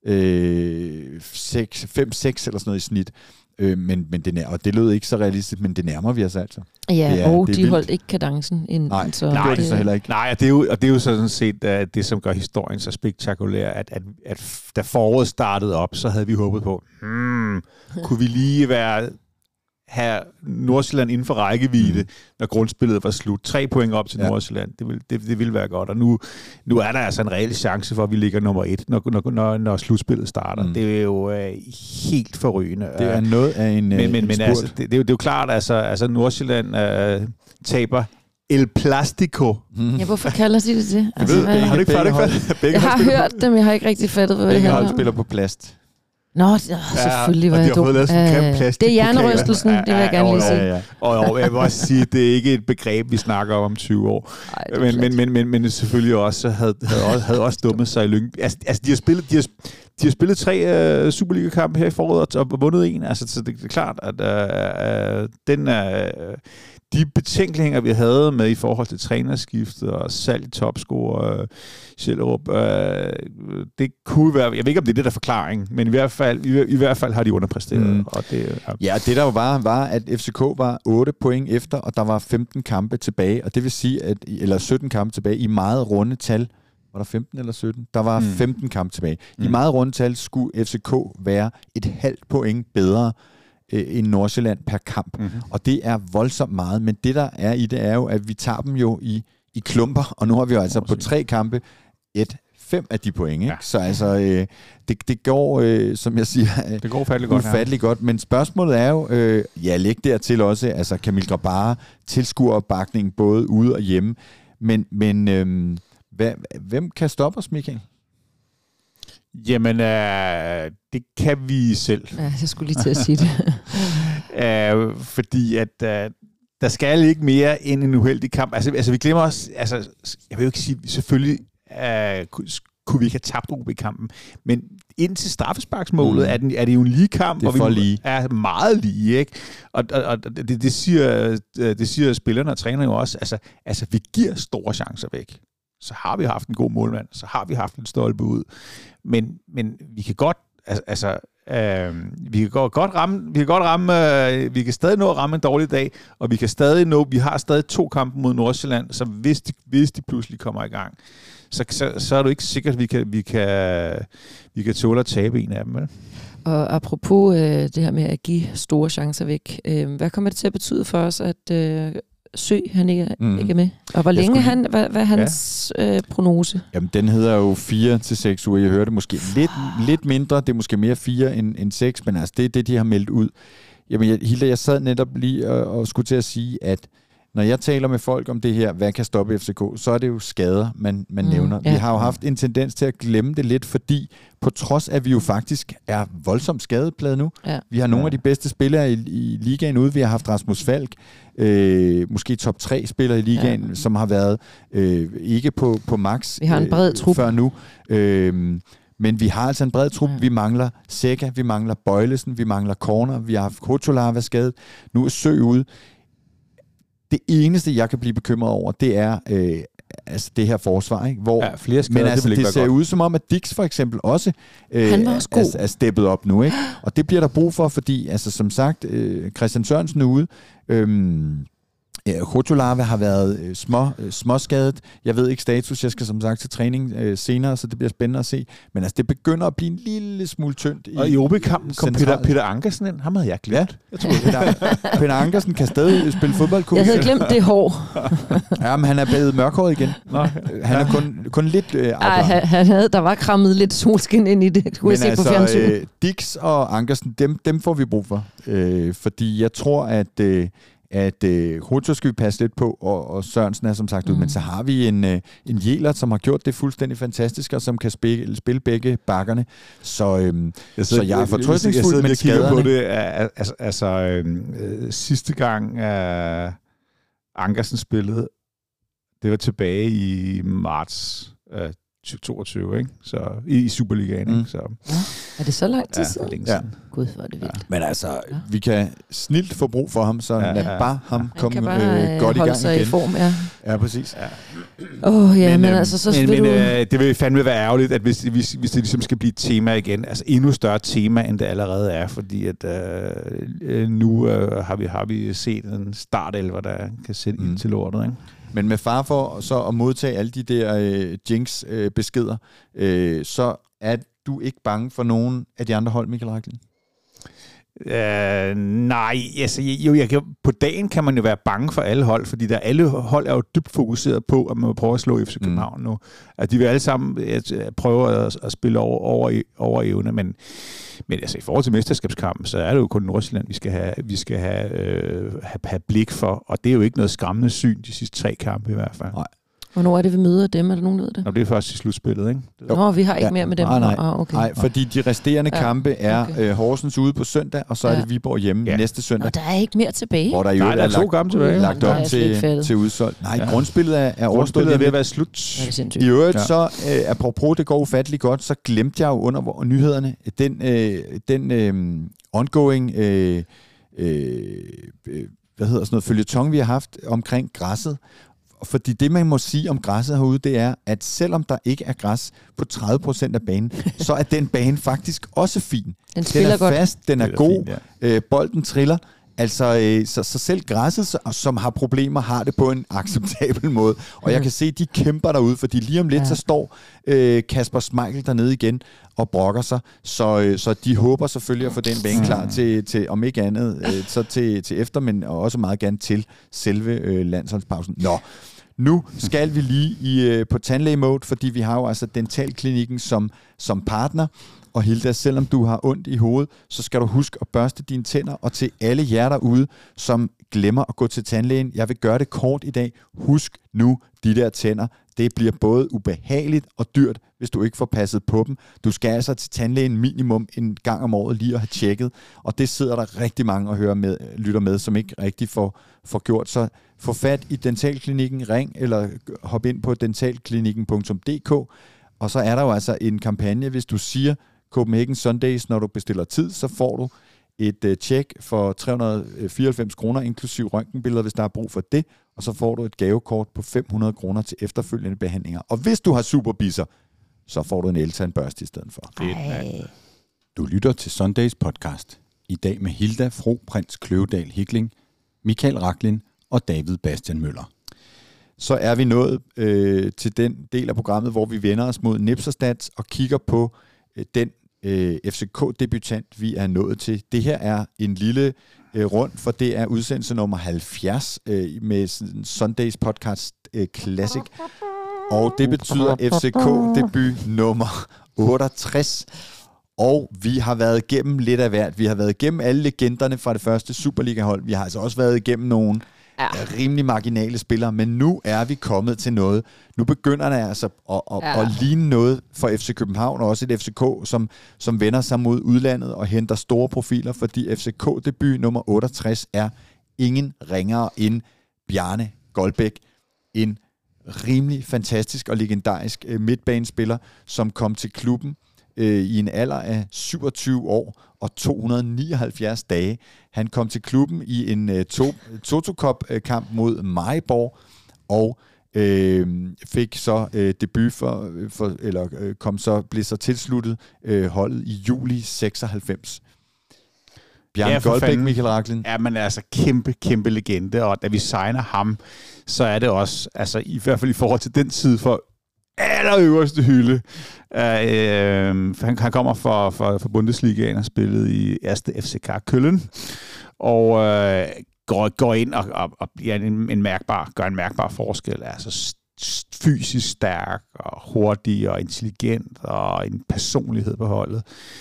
fem seks eller sådan noget i snit. Øh, men, men det, og det lød ikke så realistisk, men det nærmer vi os altså. Ja, er, og de vildt. holdt ikke kadencen. Inden, nej, så det gjorde de så heller ikke. Nej, og det er jo, og det er jo sådan set uh, det, som gør historien så spektakulær, at, at, at da foråret startede op, så havde vi håbet på, hmm, kunne vi lige være have Nordsjælland inden for rækkevidde, mm. når grundspillet var slut. Tre point op til ja. Nordsjælland. Det vil, det, det vil være godt. Og nu, nu er der altså en reel chance for, at vi ligger nummer et, når, når, når, når slutspillet starter. Mm. Det er jo øh, helt forrygende. Det er noget af en Men, men, en men altså, det, det, er jo, det er jo klart, altså, altså Nordsjælland øh, taber El Plastico. Mm. Ja, hvorfor kalder de det det? Altså, ved, har du ikke fattet? Jeg har hørt dem, jeg har ikke rigtig fattet, hvad det handler om. Begge hold spiller på plast. Nå, ja, selvfølgelig var jeg dum. Det er hjernerystelsen, ja, ja, det vil jeg gerne lige sige. Ja, ja. Og, og jeg vil også sige, det er ikke et begreb, vi snakker om om tyve år. Ej, men, men, men, men, men selvfølgelig også havde, havde, også, havde også dummet sig i Lyngby. Altså, altså de, har spillet, de, har, de har spillet tre øh, Superliga-kampe her i foråret og, og vundet en. Altså, så det, det er klart, at øh, øh, den er... Øh, de betænkninger, vi havde med i forhold til trænerskiftet og salg i topscorer, øh, Sjællerup, øh, det kunne være, jeg ved ikke, om det er det der forklaring, men i hvert fald, i, i hvert fald har de underpræsteret. Mm. Og det, ja. ja, det der jo var, var, at F C K var otte point efter, og der var femten kampe tilbage, og det vil sige, at, eller sytten kampe tilbage, i meget runde tal. Var der femten eller sytten? Der var mm. femten kampe tilbage. Mm. I meget runde tal skulle F C K være et halvt point bedre i Nordsjælland per kamp. Mm-hmm. Og det er voldsomt meget, men det der er i det er jo, at vi tager dem jo i, i klumper, og nu har vi jo altså på tre kampe et fem af de point. Ikke? Ja. Så altså, øh, det, det går, øh, som jeg siger, det går ufattelig godt, ufattelig godt. Men spørgsmålet er jo, øh, ja, læg dertil også, altså Kamil Grabara tilskuer bakningen både ude og hjemme, men, men øh, hvad, hvem kan stoppe os, Michael? Jamen, øh, det kan vi selv. Ja, jeg skulle lige til at sige det. øh, fordi at øh, der skal ikke mere end en uheldig kamp. Altså, altså vi glemmer os, altså, jeg vil jo ikke sige, selvfølgelig øh, kunne, kunne vi ikke have tabt O B-kampen, men indtil straffesparksmålet mm. er, den, er det jo en lige kamp, det er hvor vi lige. er meget lige, ikke? Og, og, og det, det, siger, det siger spillerne og trænerne jo også, altså, altså vi giver store chancer væk. Så har vi haft en god målmand, så har vi haft en stolpe ud. Men, men vi kan godt, altså, øh, vi kan godt, godt ramme, vi kan godt ramme, øh, vi kan stadig nå at ramme en dårlig dag, og vi kan stadig nå, vi har stadig to kampe mod Nordsjælland, så hvis de, hvis de pludselig kommer i gang, så, så, så er det ikke sikkert, at vi kan, vi kan, vi kan tåle at tabe en af dem. Vel? Og apropos øh, det her med at give store chancer væk, øh, hvad kommer det til at betyde for os, at øh, Sø, han ikke, mm. ikke er med? Og hvor længe han, hvad, hvad er hans ja. øh, prognose? Jamen, den hedder jo fire til seks uger. Jeg hørte måske lidt, lidt mindre. Det er måske mere fire end, end seks, men altså, det er det, de har meldt ud. Jamen, jeg, Hilda, jeg sad netop lige og, og skulle til at sige, at når jeg taler med folk om det her, hvad kan stoppe F C K, så er det jo skader, man, man mm, nævner. Ja. Vi har jo haft en tendens til at glemme det lidt, fordi på trods af, at vi jo faktisk er voldsomt skadeplade nu. Ja. Vi har nogle ja. af de bedste spillere i, i ligaen ude. Vi har haft Rasmus Falk, øh, måske top tre spillere i ligaen, ja. som har været øh, ikke på, på max vi har en bred trup. før nu. Øh, men vi har altså en bred trup. Ja. Vi mangler Sækker, vi mangler Bøjlesen, vi mangler Corner, vi har haft Kotolava skadet. Nu er Sø ude. Det eneste, jeg kan blive bekymret over, det er øh, altså det her forsvar, ikke? Hvor, ja, flere skader, men altså, det, det ser godt. ud som om, at Dix for eksempel også, øh, også er, er steppet op nu. Ikke? Og det bliver der brug for, fordi altså, som sagt, øh, Christian Sørensen er ude. Øh, Kotolava har været øh, små, øh, småskadet. Jeg ved ikke status. Jeg skal som sagt til træning øh, senere, så det bliver spændende at se. Men altså, det begynder at blive en lille smule tyndt. Og i O B-kampen kom Peter, Peter Ankersen ind. Ham havde jeg glemt. Ja. Jeg tror, Peter, Peter Ankersen kan stadig spille fodboldkurs. Jeg havde glemt det hår. Ja, men han er blevet mørkhåret igen. Nå. Han er kun, kun lidt øh, Ej, han havde, der var krammet lidt solskin ind i det. Kunne jeg se altså, på fjernsyn. Øh, Dix og Ankersen, dem, dem får vi brug for. Øh, fordi jeg tror, at... Øh, at øh, Hoto skal vi passe lidt på, og, og Sørensen er som sagt ud, mm. men så har vi en, øh, en Jelert, som har gjort det fuldstændig fantastisk, og som kan spille, spille begge bakkerne. Så øh, jeg, så jeg er fortrøstningsfuld, men skaderne... på det, altså, altså øh, øh, sidste gang øh, Ankersen spillede, det var tilbage i marts øh, tyve toogtyve, ikke? Så i, i Superligaen, mm. ikke? Så ja. Er det så lang tid siden? Ja, længe siden. Ja. Gud, hvor er det vildt. Ja. Men altså, ja. vi kan snilt få brug for ham, så ja, lad ja. bare ham ja. komme bare, øh, godt i gang sig igen. I form, ja. Ja, præcis. Åh, ja. Oh, ja, men, men øh, altså, så men, vil men, du... øh, det vil fandme være ærgerligt, at hvis, hvis, hvis det ligesom skal blive et tema igen, altså endnu større tema, end det allerede er, fordi at øh, nu øh, har, vi, har vi set en startelver, der kan sætte mm. ind til lortet, ikke? Men med far for så at modtage alle de der øh, Jinx-beskeder, øh, så er du ikke bange for nogen af de andre hold, Michael Racklin? Uh, nej, altså, jo, jeg kan, på dagen kan man jo være bange for alle hold, fordi der alle hold er jo dybt fokuseret på, at man må prøve at slå F C København mm. nu. At de vil alle sammen at prøve at, at spille over, over, over evne, men, men altså, i forhold til mesterskabskampen, så er det jo kun Nordsjælland, vi skal have, vi skal have, øh, have, have blik for, og det er jo ikke noget skræmmende syn de sidste tre kampe i hvert fald. Nej. Hvornår er det, vi møder dem? Er der nogen, der ved det? Nå, det er først i slutspillet, ikke? Nå, vi har ikke ja. mere med dem. Nej, nej. Ah, okay. nej, fordi de resterende ja. kampe er okay. øh, Horsens ude på søndag, og så ja. er det Viborg hjemme ja. næste søndag. Og der er ikke mere tilbage. Hvor der jo nej, er, der er to lagt, kampe tilbage. lagt op til, til udsolgt. Nej, ja. grundspillet er, er overstået. er ved at være slut. Ja, I øvrigt ja. så, øh, apropos det går ufatteligt godt, så glemte jeg jo under nyhederne, den, øh, den øh, ongoing... Øh, øh, hvad hedder sådan noget, føljeton, vi har haft omkring græsset. Fordi det, man må sige om græsset herude, det er, at selvom der ikke er græs på tredive procent af banen, så er den bane faktisk også fin. Den spiller den er fast, godt. den er, er god, fint, ja. øh, bolden triller. Altså, øh, så, så selv græsset, som har problemer, har det på en acceptabel måde. Og jeg kan se, de kæmper derude, fordi lige om lidt, ja. så står øh, Kasper Schmeichel dernede igen og brokker sig. Så, øh, så de håber selvfølgelig at få den bane klar til, til om ikke andet, øh, så til, til efter, men også meget gerne til selve øh, landsholdspausen. Nå, nu skal vi lige i, øh, på tandlæge-mode, fordi vi har jo altså Dentalklinikken som, som partner. Og Hilda, selvom du har ondt i hovedet, så skal du huske at børste dine tænder. Og til alle jer derude, som glemmer at gå til tandlægen, jeg vil gøre det kort i dag. Husk nu de der tænder. Det bliver både ubehageligt og dyrt, hvis du ikke får passet på dem. Du skal altså til tandlægen minimum en gang om året lige at have tjekket. Og det sidder der rigtig mange og hører med, lytter med, som ikke rigtig får, får gjort. Så få fat i Dentalklinikken, ring eller hop ind på dentalklinikken punktum d k. Og så er der jo altså en kampagne, hvis du siger Copenhagen Sundays, når du bestiller tid, så får du et uh, tjek for tre hundrede og fireoghalvfems kroner, inklusiv røntgenbilleder, hvis der er brug for det, og så får du et gavekort på fem hundrede kroner til efterfølgende behandlinger. Og hvis du har superbisser, så får du en eltandbørste i stedet for. Ej. Du lytter til Sundays podcast. I dag med Hilda Fro Prins Kløvedal Hikling, Michael Raklin og David Bastian Møller. Så er vi nået øh, til den del af programmet, hvor vi vender os mod Nipserstads og kigger på øh, den øh, F C K-debutant, vi er nået til. Det her er en lille øh, rund, for det er udsendelse nummer halvfjerds øh, med Sundays podcast øh, Classic. Og det betyder F C K-debut nummer otteogtres. Og vi har været igennem lidt af hvert. Vi har været igennem alle legenderne fra det første Superliga-hold. Vi har altså også været igennem nogle ja. rimelig marginale spillere, men nu er vi kommet til noget. Nu begynder det altså at, at, ja. at ligne noget for F C København, og også et F C K, som, som vender sig mod udlandet og henter store profiler, fordi F C K-debut nummer otteogtres er ingen ringere end Bjarne Goldbæk. En rimelig fantastisk og legendarisk midtbanespiller, som kom til klubben i en alder af syvogtyve år og to hundrede og nioghalvfjerds dage. Han kom til klubben i en uh, to, Toto Cup-kamp mod Mariborg, og øh, fik så øh, debut for, for eller øh, kom så, blev så tilsluttet øh, holdet i juli seksoghalvfems. Bjarne ja, Goldbæk, Michael Raklin. Ja, men altså kæmpe, kæmpe legende, og da vi signer ham, så er det også, altså i hvert fald i forhold til den tid for allerøverste hylde. Uh, uh, han, han kommer fra, fra, fra Bundesligaen og spillet i erste F C K Köln, og uh, går, går ind og, og, og ja, en, en mærkbar, gør en mærkbar forskel. Altså fysisk stærk og hurtig og intelligent og en personlighed på holdet.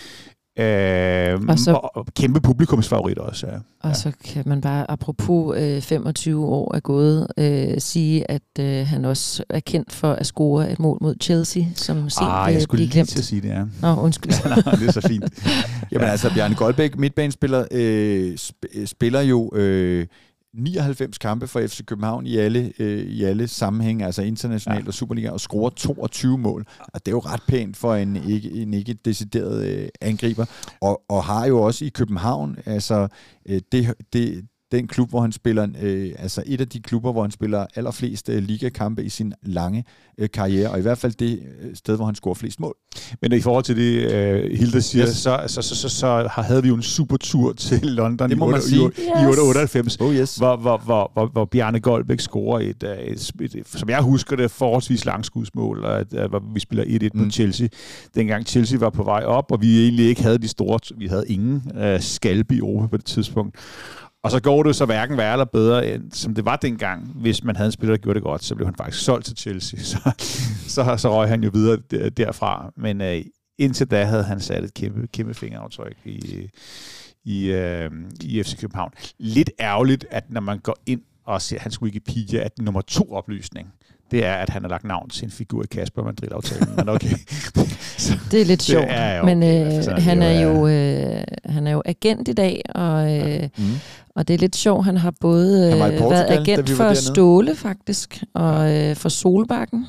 Øh, og, så, og kæmpe publikumsfavorit også. Ja. Og ja. Så kan man bare, apropos øh, femogtyve år er gået, øh, sige, at øh, han også er kendt for at score et mål mod Chelsea, som sent ah, jeg skulle lige glemt. til at sige det, ja. Nå, undskyld. Nej, det er så fint. Jamen altså, Bjarne Goldbæk, midtbanespiller, øh, sp- spiller jo øh, nioghalvfems kampe for F C København i alle, øh, i alle sammenhænge, altså internationalt ja. og Superliga, og scorer toogtyve mål. Og det er jo ret pænt for en ikke, en ikke decideret øh, angriber. Og, og har jo også i København, altså øh, det, det, den klub, hvor han spiller, øh, altså et af de klubber, hvor han spiller allerflest øh, ligakampe i sin lange øh, karriere, og i hvert fald det øh, sted, hvor han scorer flest mål. Men i forhold til det, øh, Hilda siger, yes. så, så, så, så, så havde vi jo en super tur til London i, otte, i, yes. i otteoghalvfems, oh, yes. hvor, hvor, hvor, hvor, hvor Bjarne Goldbæk scorer et, et, et, et, som jeg husker det, forholdsvis langskudsmål, og et, hvor vi spiller et et mm. på Chelsea. Dengang Chelsea var på vej op, og vi egentlig ikke havde de store, vi havde ingen øh, skalpe i Europa på det tidspunkt. Og så går det så hverken værre eller bedre, end, som det var dengang. Hvis man havde en spiller, der gjorde det godt, så blev han faktisk solgt til Chelsea. Så, så, så røg han jo videre der, derfra. Men øh, indtil da havde han sat et kæmpe, kæmpe fingeraftryk i, i, øh, i F C København. Lidt ærgerligt, at når man går ind og ser hans Wikipedia, at nummer to oplysning, det er, at han har lagt navn til en figur i Kasper Madrid-aftalen. Men okay. Det er lidt sjovt, er jo, men øh, altså, han, er jo, jo, øh, han er jo agent i dag, og, øh, ja. mm. og det er lidt sjovt, han har både øh, Portugal, været agent vi for Ståle faktisk, og øh, for Solbakken.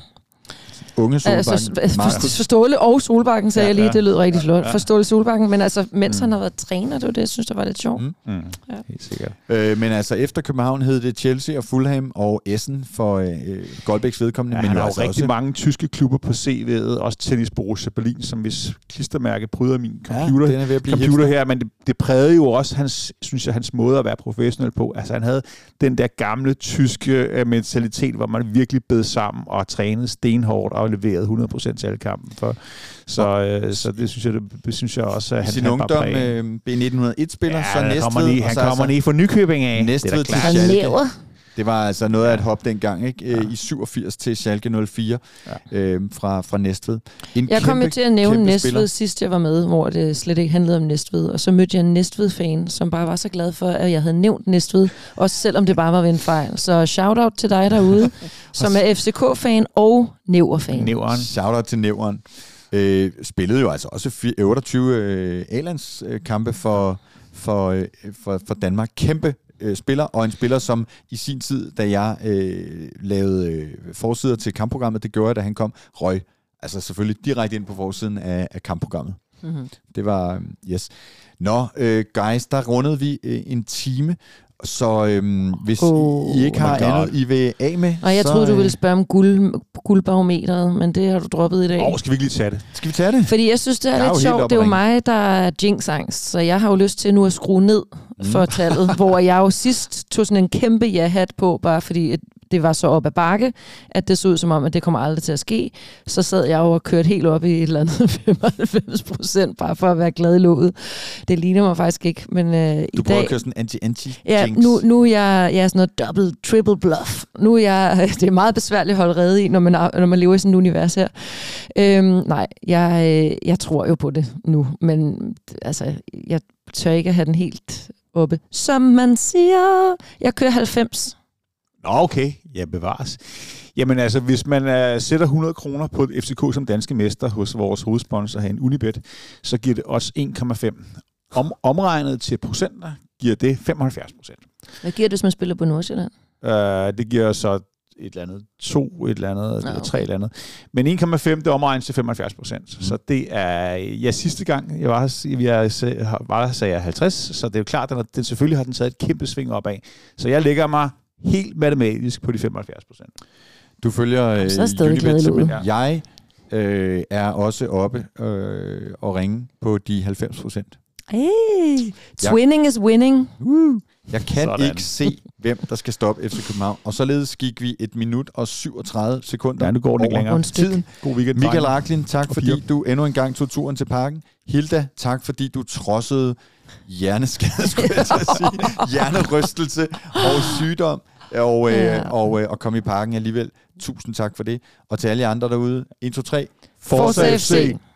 Unge Solbakken. Altså, for, for Ståle og Solbakken, sagde ja, jeg lige, det lød rigtig flot. Ja, ja. For Ståle Solbakken, men altså, mens mm. han har været træner, det var det, jeg synes, der var lidt sjovt. Mm. Mm. Ja. Helt sikkert. Øh, men altså, efter København hed det Chelsea og Fulham og Essen for øh, Goldbæks vedkommende. Ja, men han jo har altså jo rigtig også mange tyske klubber på C V'et, også Tennis Borussia Berlin, som hvis klistermærke bryder min computer, ja, den er ved at blive computer her, men det, det prægede jo også hans, synes jeg, hans måde at være professionel på. Altså, han havde den der gamle tyske uh, mentalitet, hvor man virkelig bed sammen og trænede stenhårdt og leverede hundrede procent til alle kampen. For, så, øh, så det synes jeg, det, det synes jeg også, at han, sin han ungdom øh, B nitten hundrede og et-spiller, ja, så Næstved. Kommer lige, han kommer altså, lige fra Nykøbing af. Næstved til Schalke. Det var altså noget af et hop dengang, ikke? Ja. I syvogfirs til Schalke nul fire ja. øh, fra, fra Næstved. En jeg kæmpe, kom jo til at nævne Næstved sidst jeg var med, hvor det slet ikke handlede om Næstved. Og så mødte jeg en Næstved-fan, som bare var så glad for, at jeg havde nævnt Næstved, også selvom det bare var ved en fejl. Så shout-out til dig derude, som er F C K-fan og Næver-fan. Næveren. Shout-out til Næveren. Øh, spillede jo altså også otteogtyve øh, A-landskampe for, for, øh, for, for Danmark. Kæmpe øh, spiller, og en spiller, som i sin tid, da jeg øh, lavede øh, forsider til kampprogrammet, det gjorde jeg, da han kom, røg altså selvfølgelig direkte ind på forsiden af, af kampprogrammet. Mm-hmm. Det var, yes. Nå, øh, guys, der rundede vi øh, en time. Så øhm, hvis oh, I ikke har andet, I vil af med... Og jeg så, troede, du ville spørge om guld, guldbarometeret, men det har du droppet i dag. Åh, oh, skal vi ikke lige tage det? Skal vi tage det? Fordi jeg synes, det er jeg lidt sjovt. Det er jo mig, der er jinx-angst, så jeg har jo lyst til nu at skrue ned mm. for tallet, hvor jeg jo sidst tog sådan en kæmpe ja-hat på, bare fordi det var så op ad bakke, at det så ud som om, at det kommer aldrig til at ske. Så sad jeg jo og kørte helt op i et eller andet femoghalvfems procent, bare for at være glad i låget. Det ligner mig faktisk ikke, men øh, i Du prøver dag, at køre sådan anti-anti-jinx. Ja, nu, nu er jeg, jeg er sådan noget double, triple bluff. Nu er jeg, det er meget besværligt at holde rede i, når man, når man lever i sådan et univers her. Øhm, nej, jeg, jeg tror jo på det nu, men altså, jeg tør ikke at have den helt oppe. Som man siger, jeg kører halvfems. Nå, okay. Ja, bevares. Jamen altså, hvis man uh, sætter hundrede kroner på F C K som danske mester hos vores hovedsponsor her, en Unibet, så giver det os en komma fem. Om, omregnet til procenter giver det femoghalvfjerds procent. Hvad giver det, hvis man spiller på Nordsjælland? Uh, det giver så et eller andet to, et eller andet, no. eller tre et eller andet. Men en komma fem, det omregnes til femoghalvfjerds procent. Mm. Så det er, ja, sidste gang, jeg var her, jeg var her, sagde jeg halvtreds, så det er jo klart, at den selvfølgelig har den taget et kæmpe sving opad. Så jeg lægger mig helt matematisk på de femoghalvfjerds procent. Du følger øh, så er stadig glad i låget. Jeg øh, er også oppe øh, og ringe på de halvfems procent. Hey, twinning jeg, is winning. Uh, jeg kan Sådan. ikke se, hvem der skal stoppe F C København. Og således gik vi et minut og syvogtredive sekunder. Ja, nu går det ikke længere. Tiden. God weekend. Michael Raklin, tak fordi du endnu en gang tog turen til parken. Hilda, tak fordi du trodsede hjerneskade, skulle jeg til at sige. Hjernerystelse og sygdom. Og, ja. øh, og, øh, og komme i parken alligevel. Tusind tak for det. Og til alle andre derude. en, to, tre. Forza F C!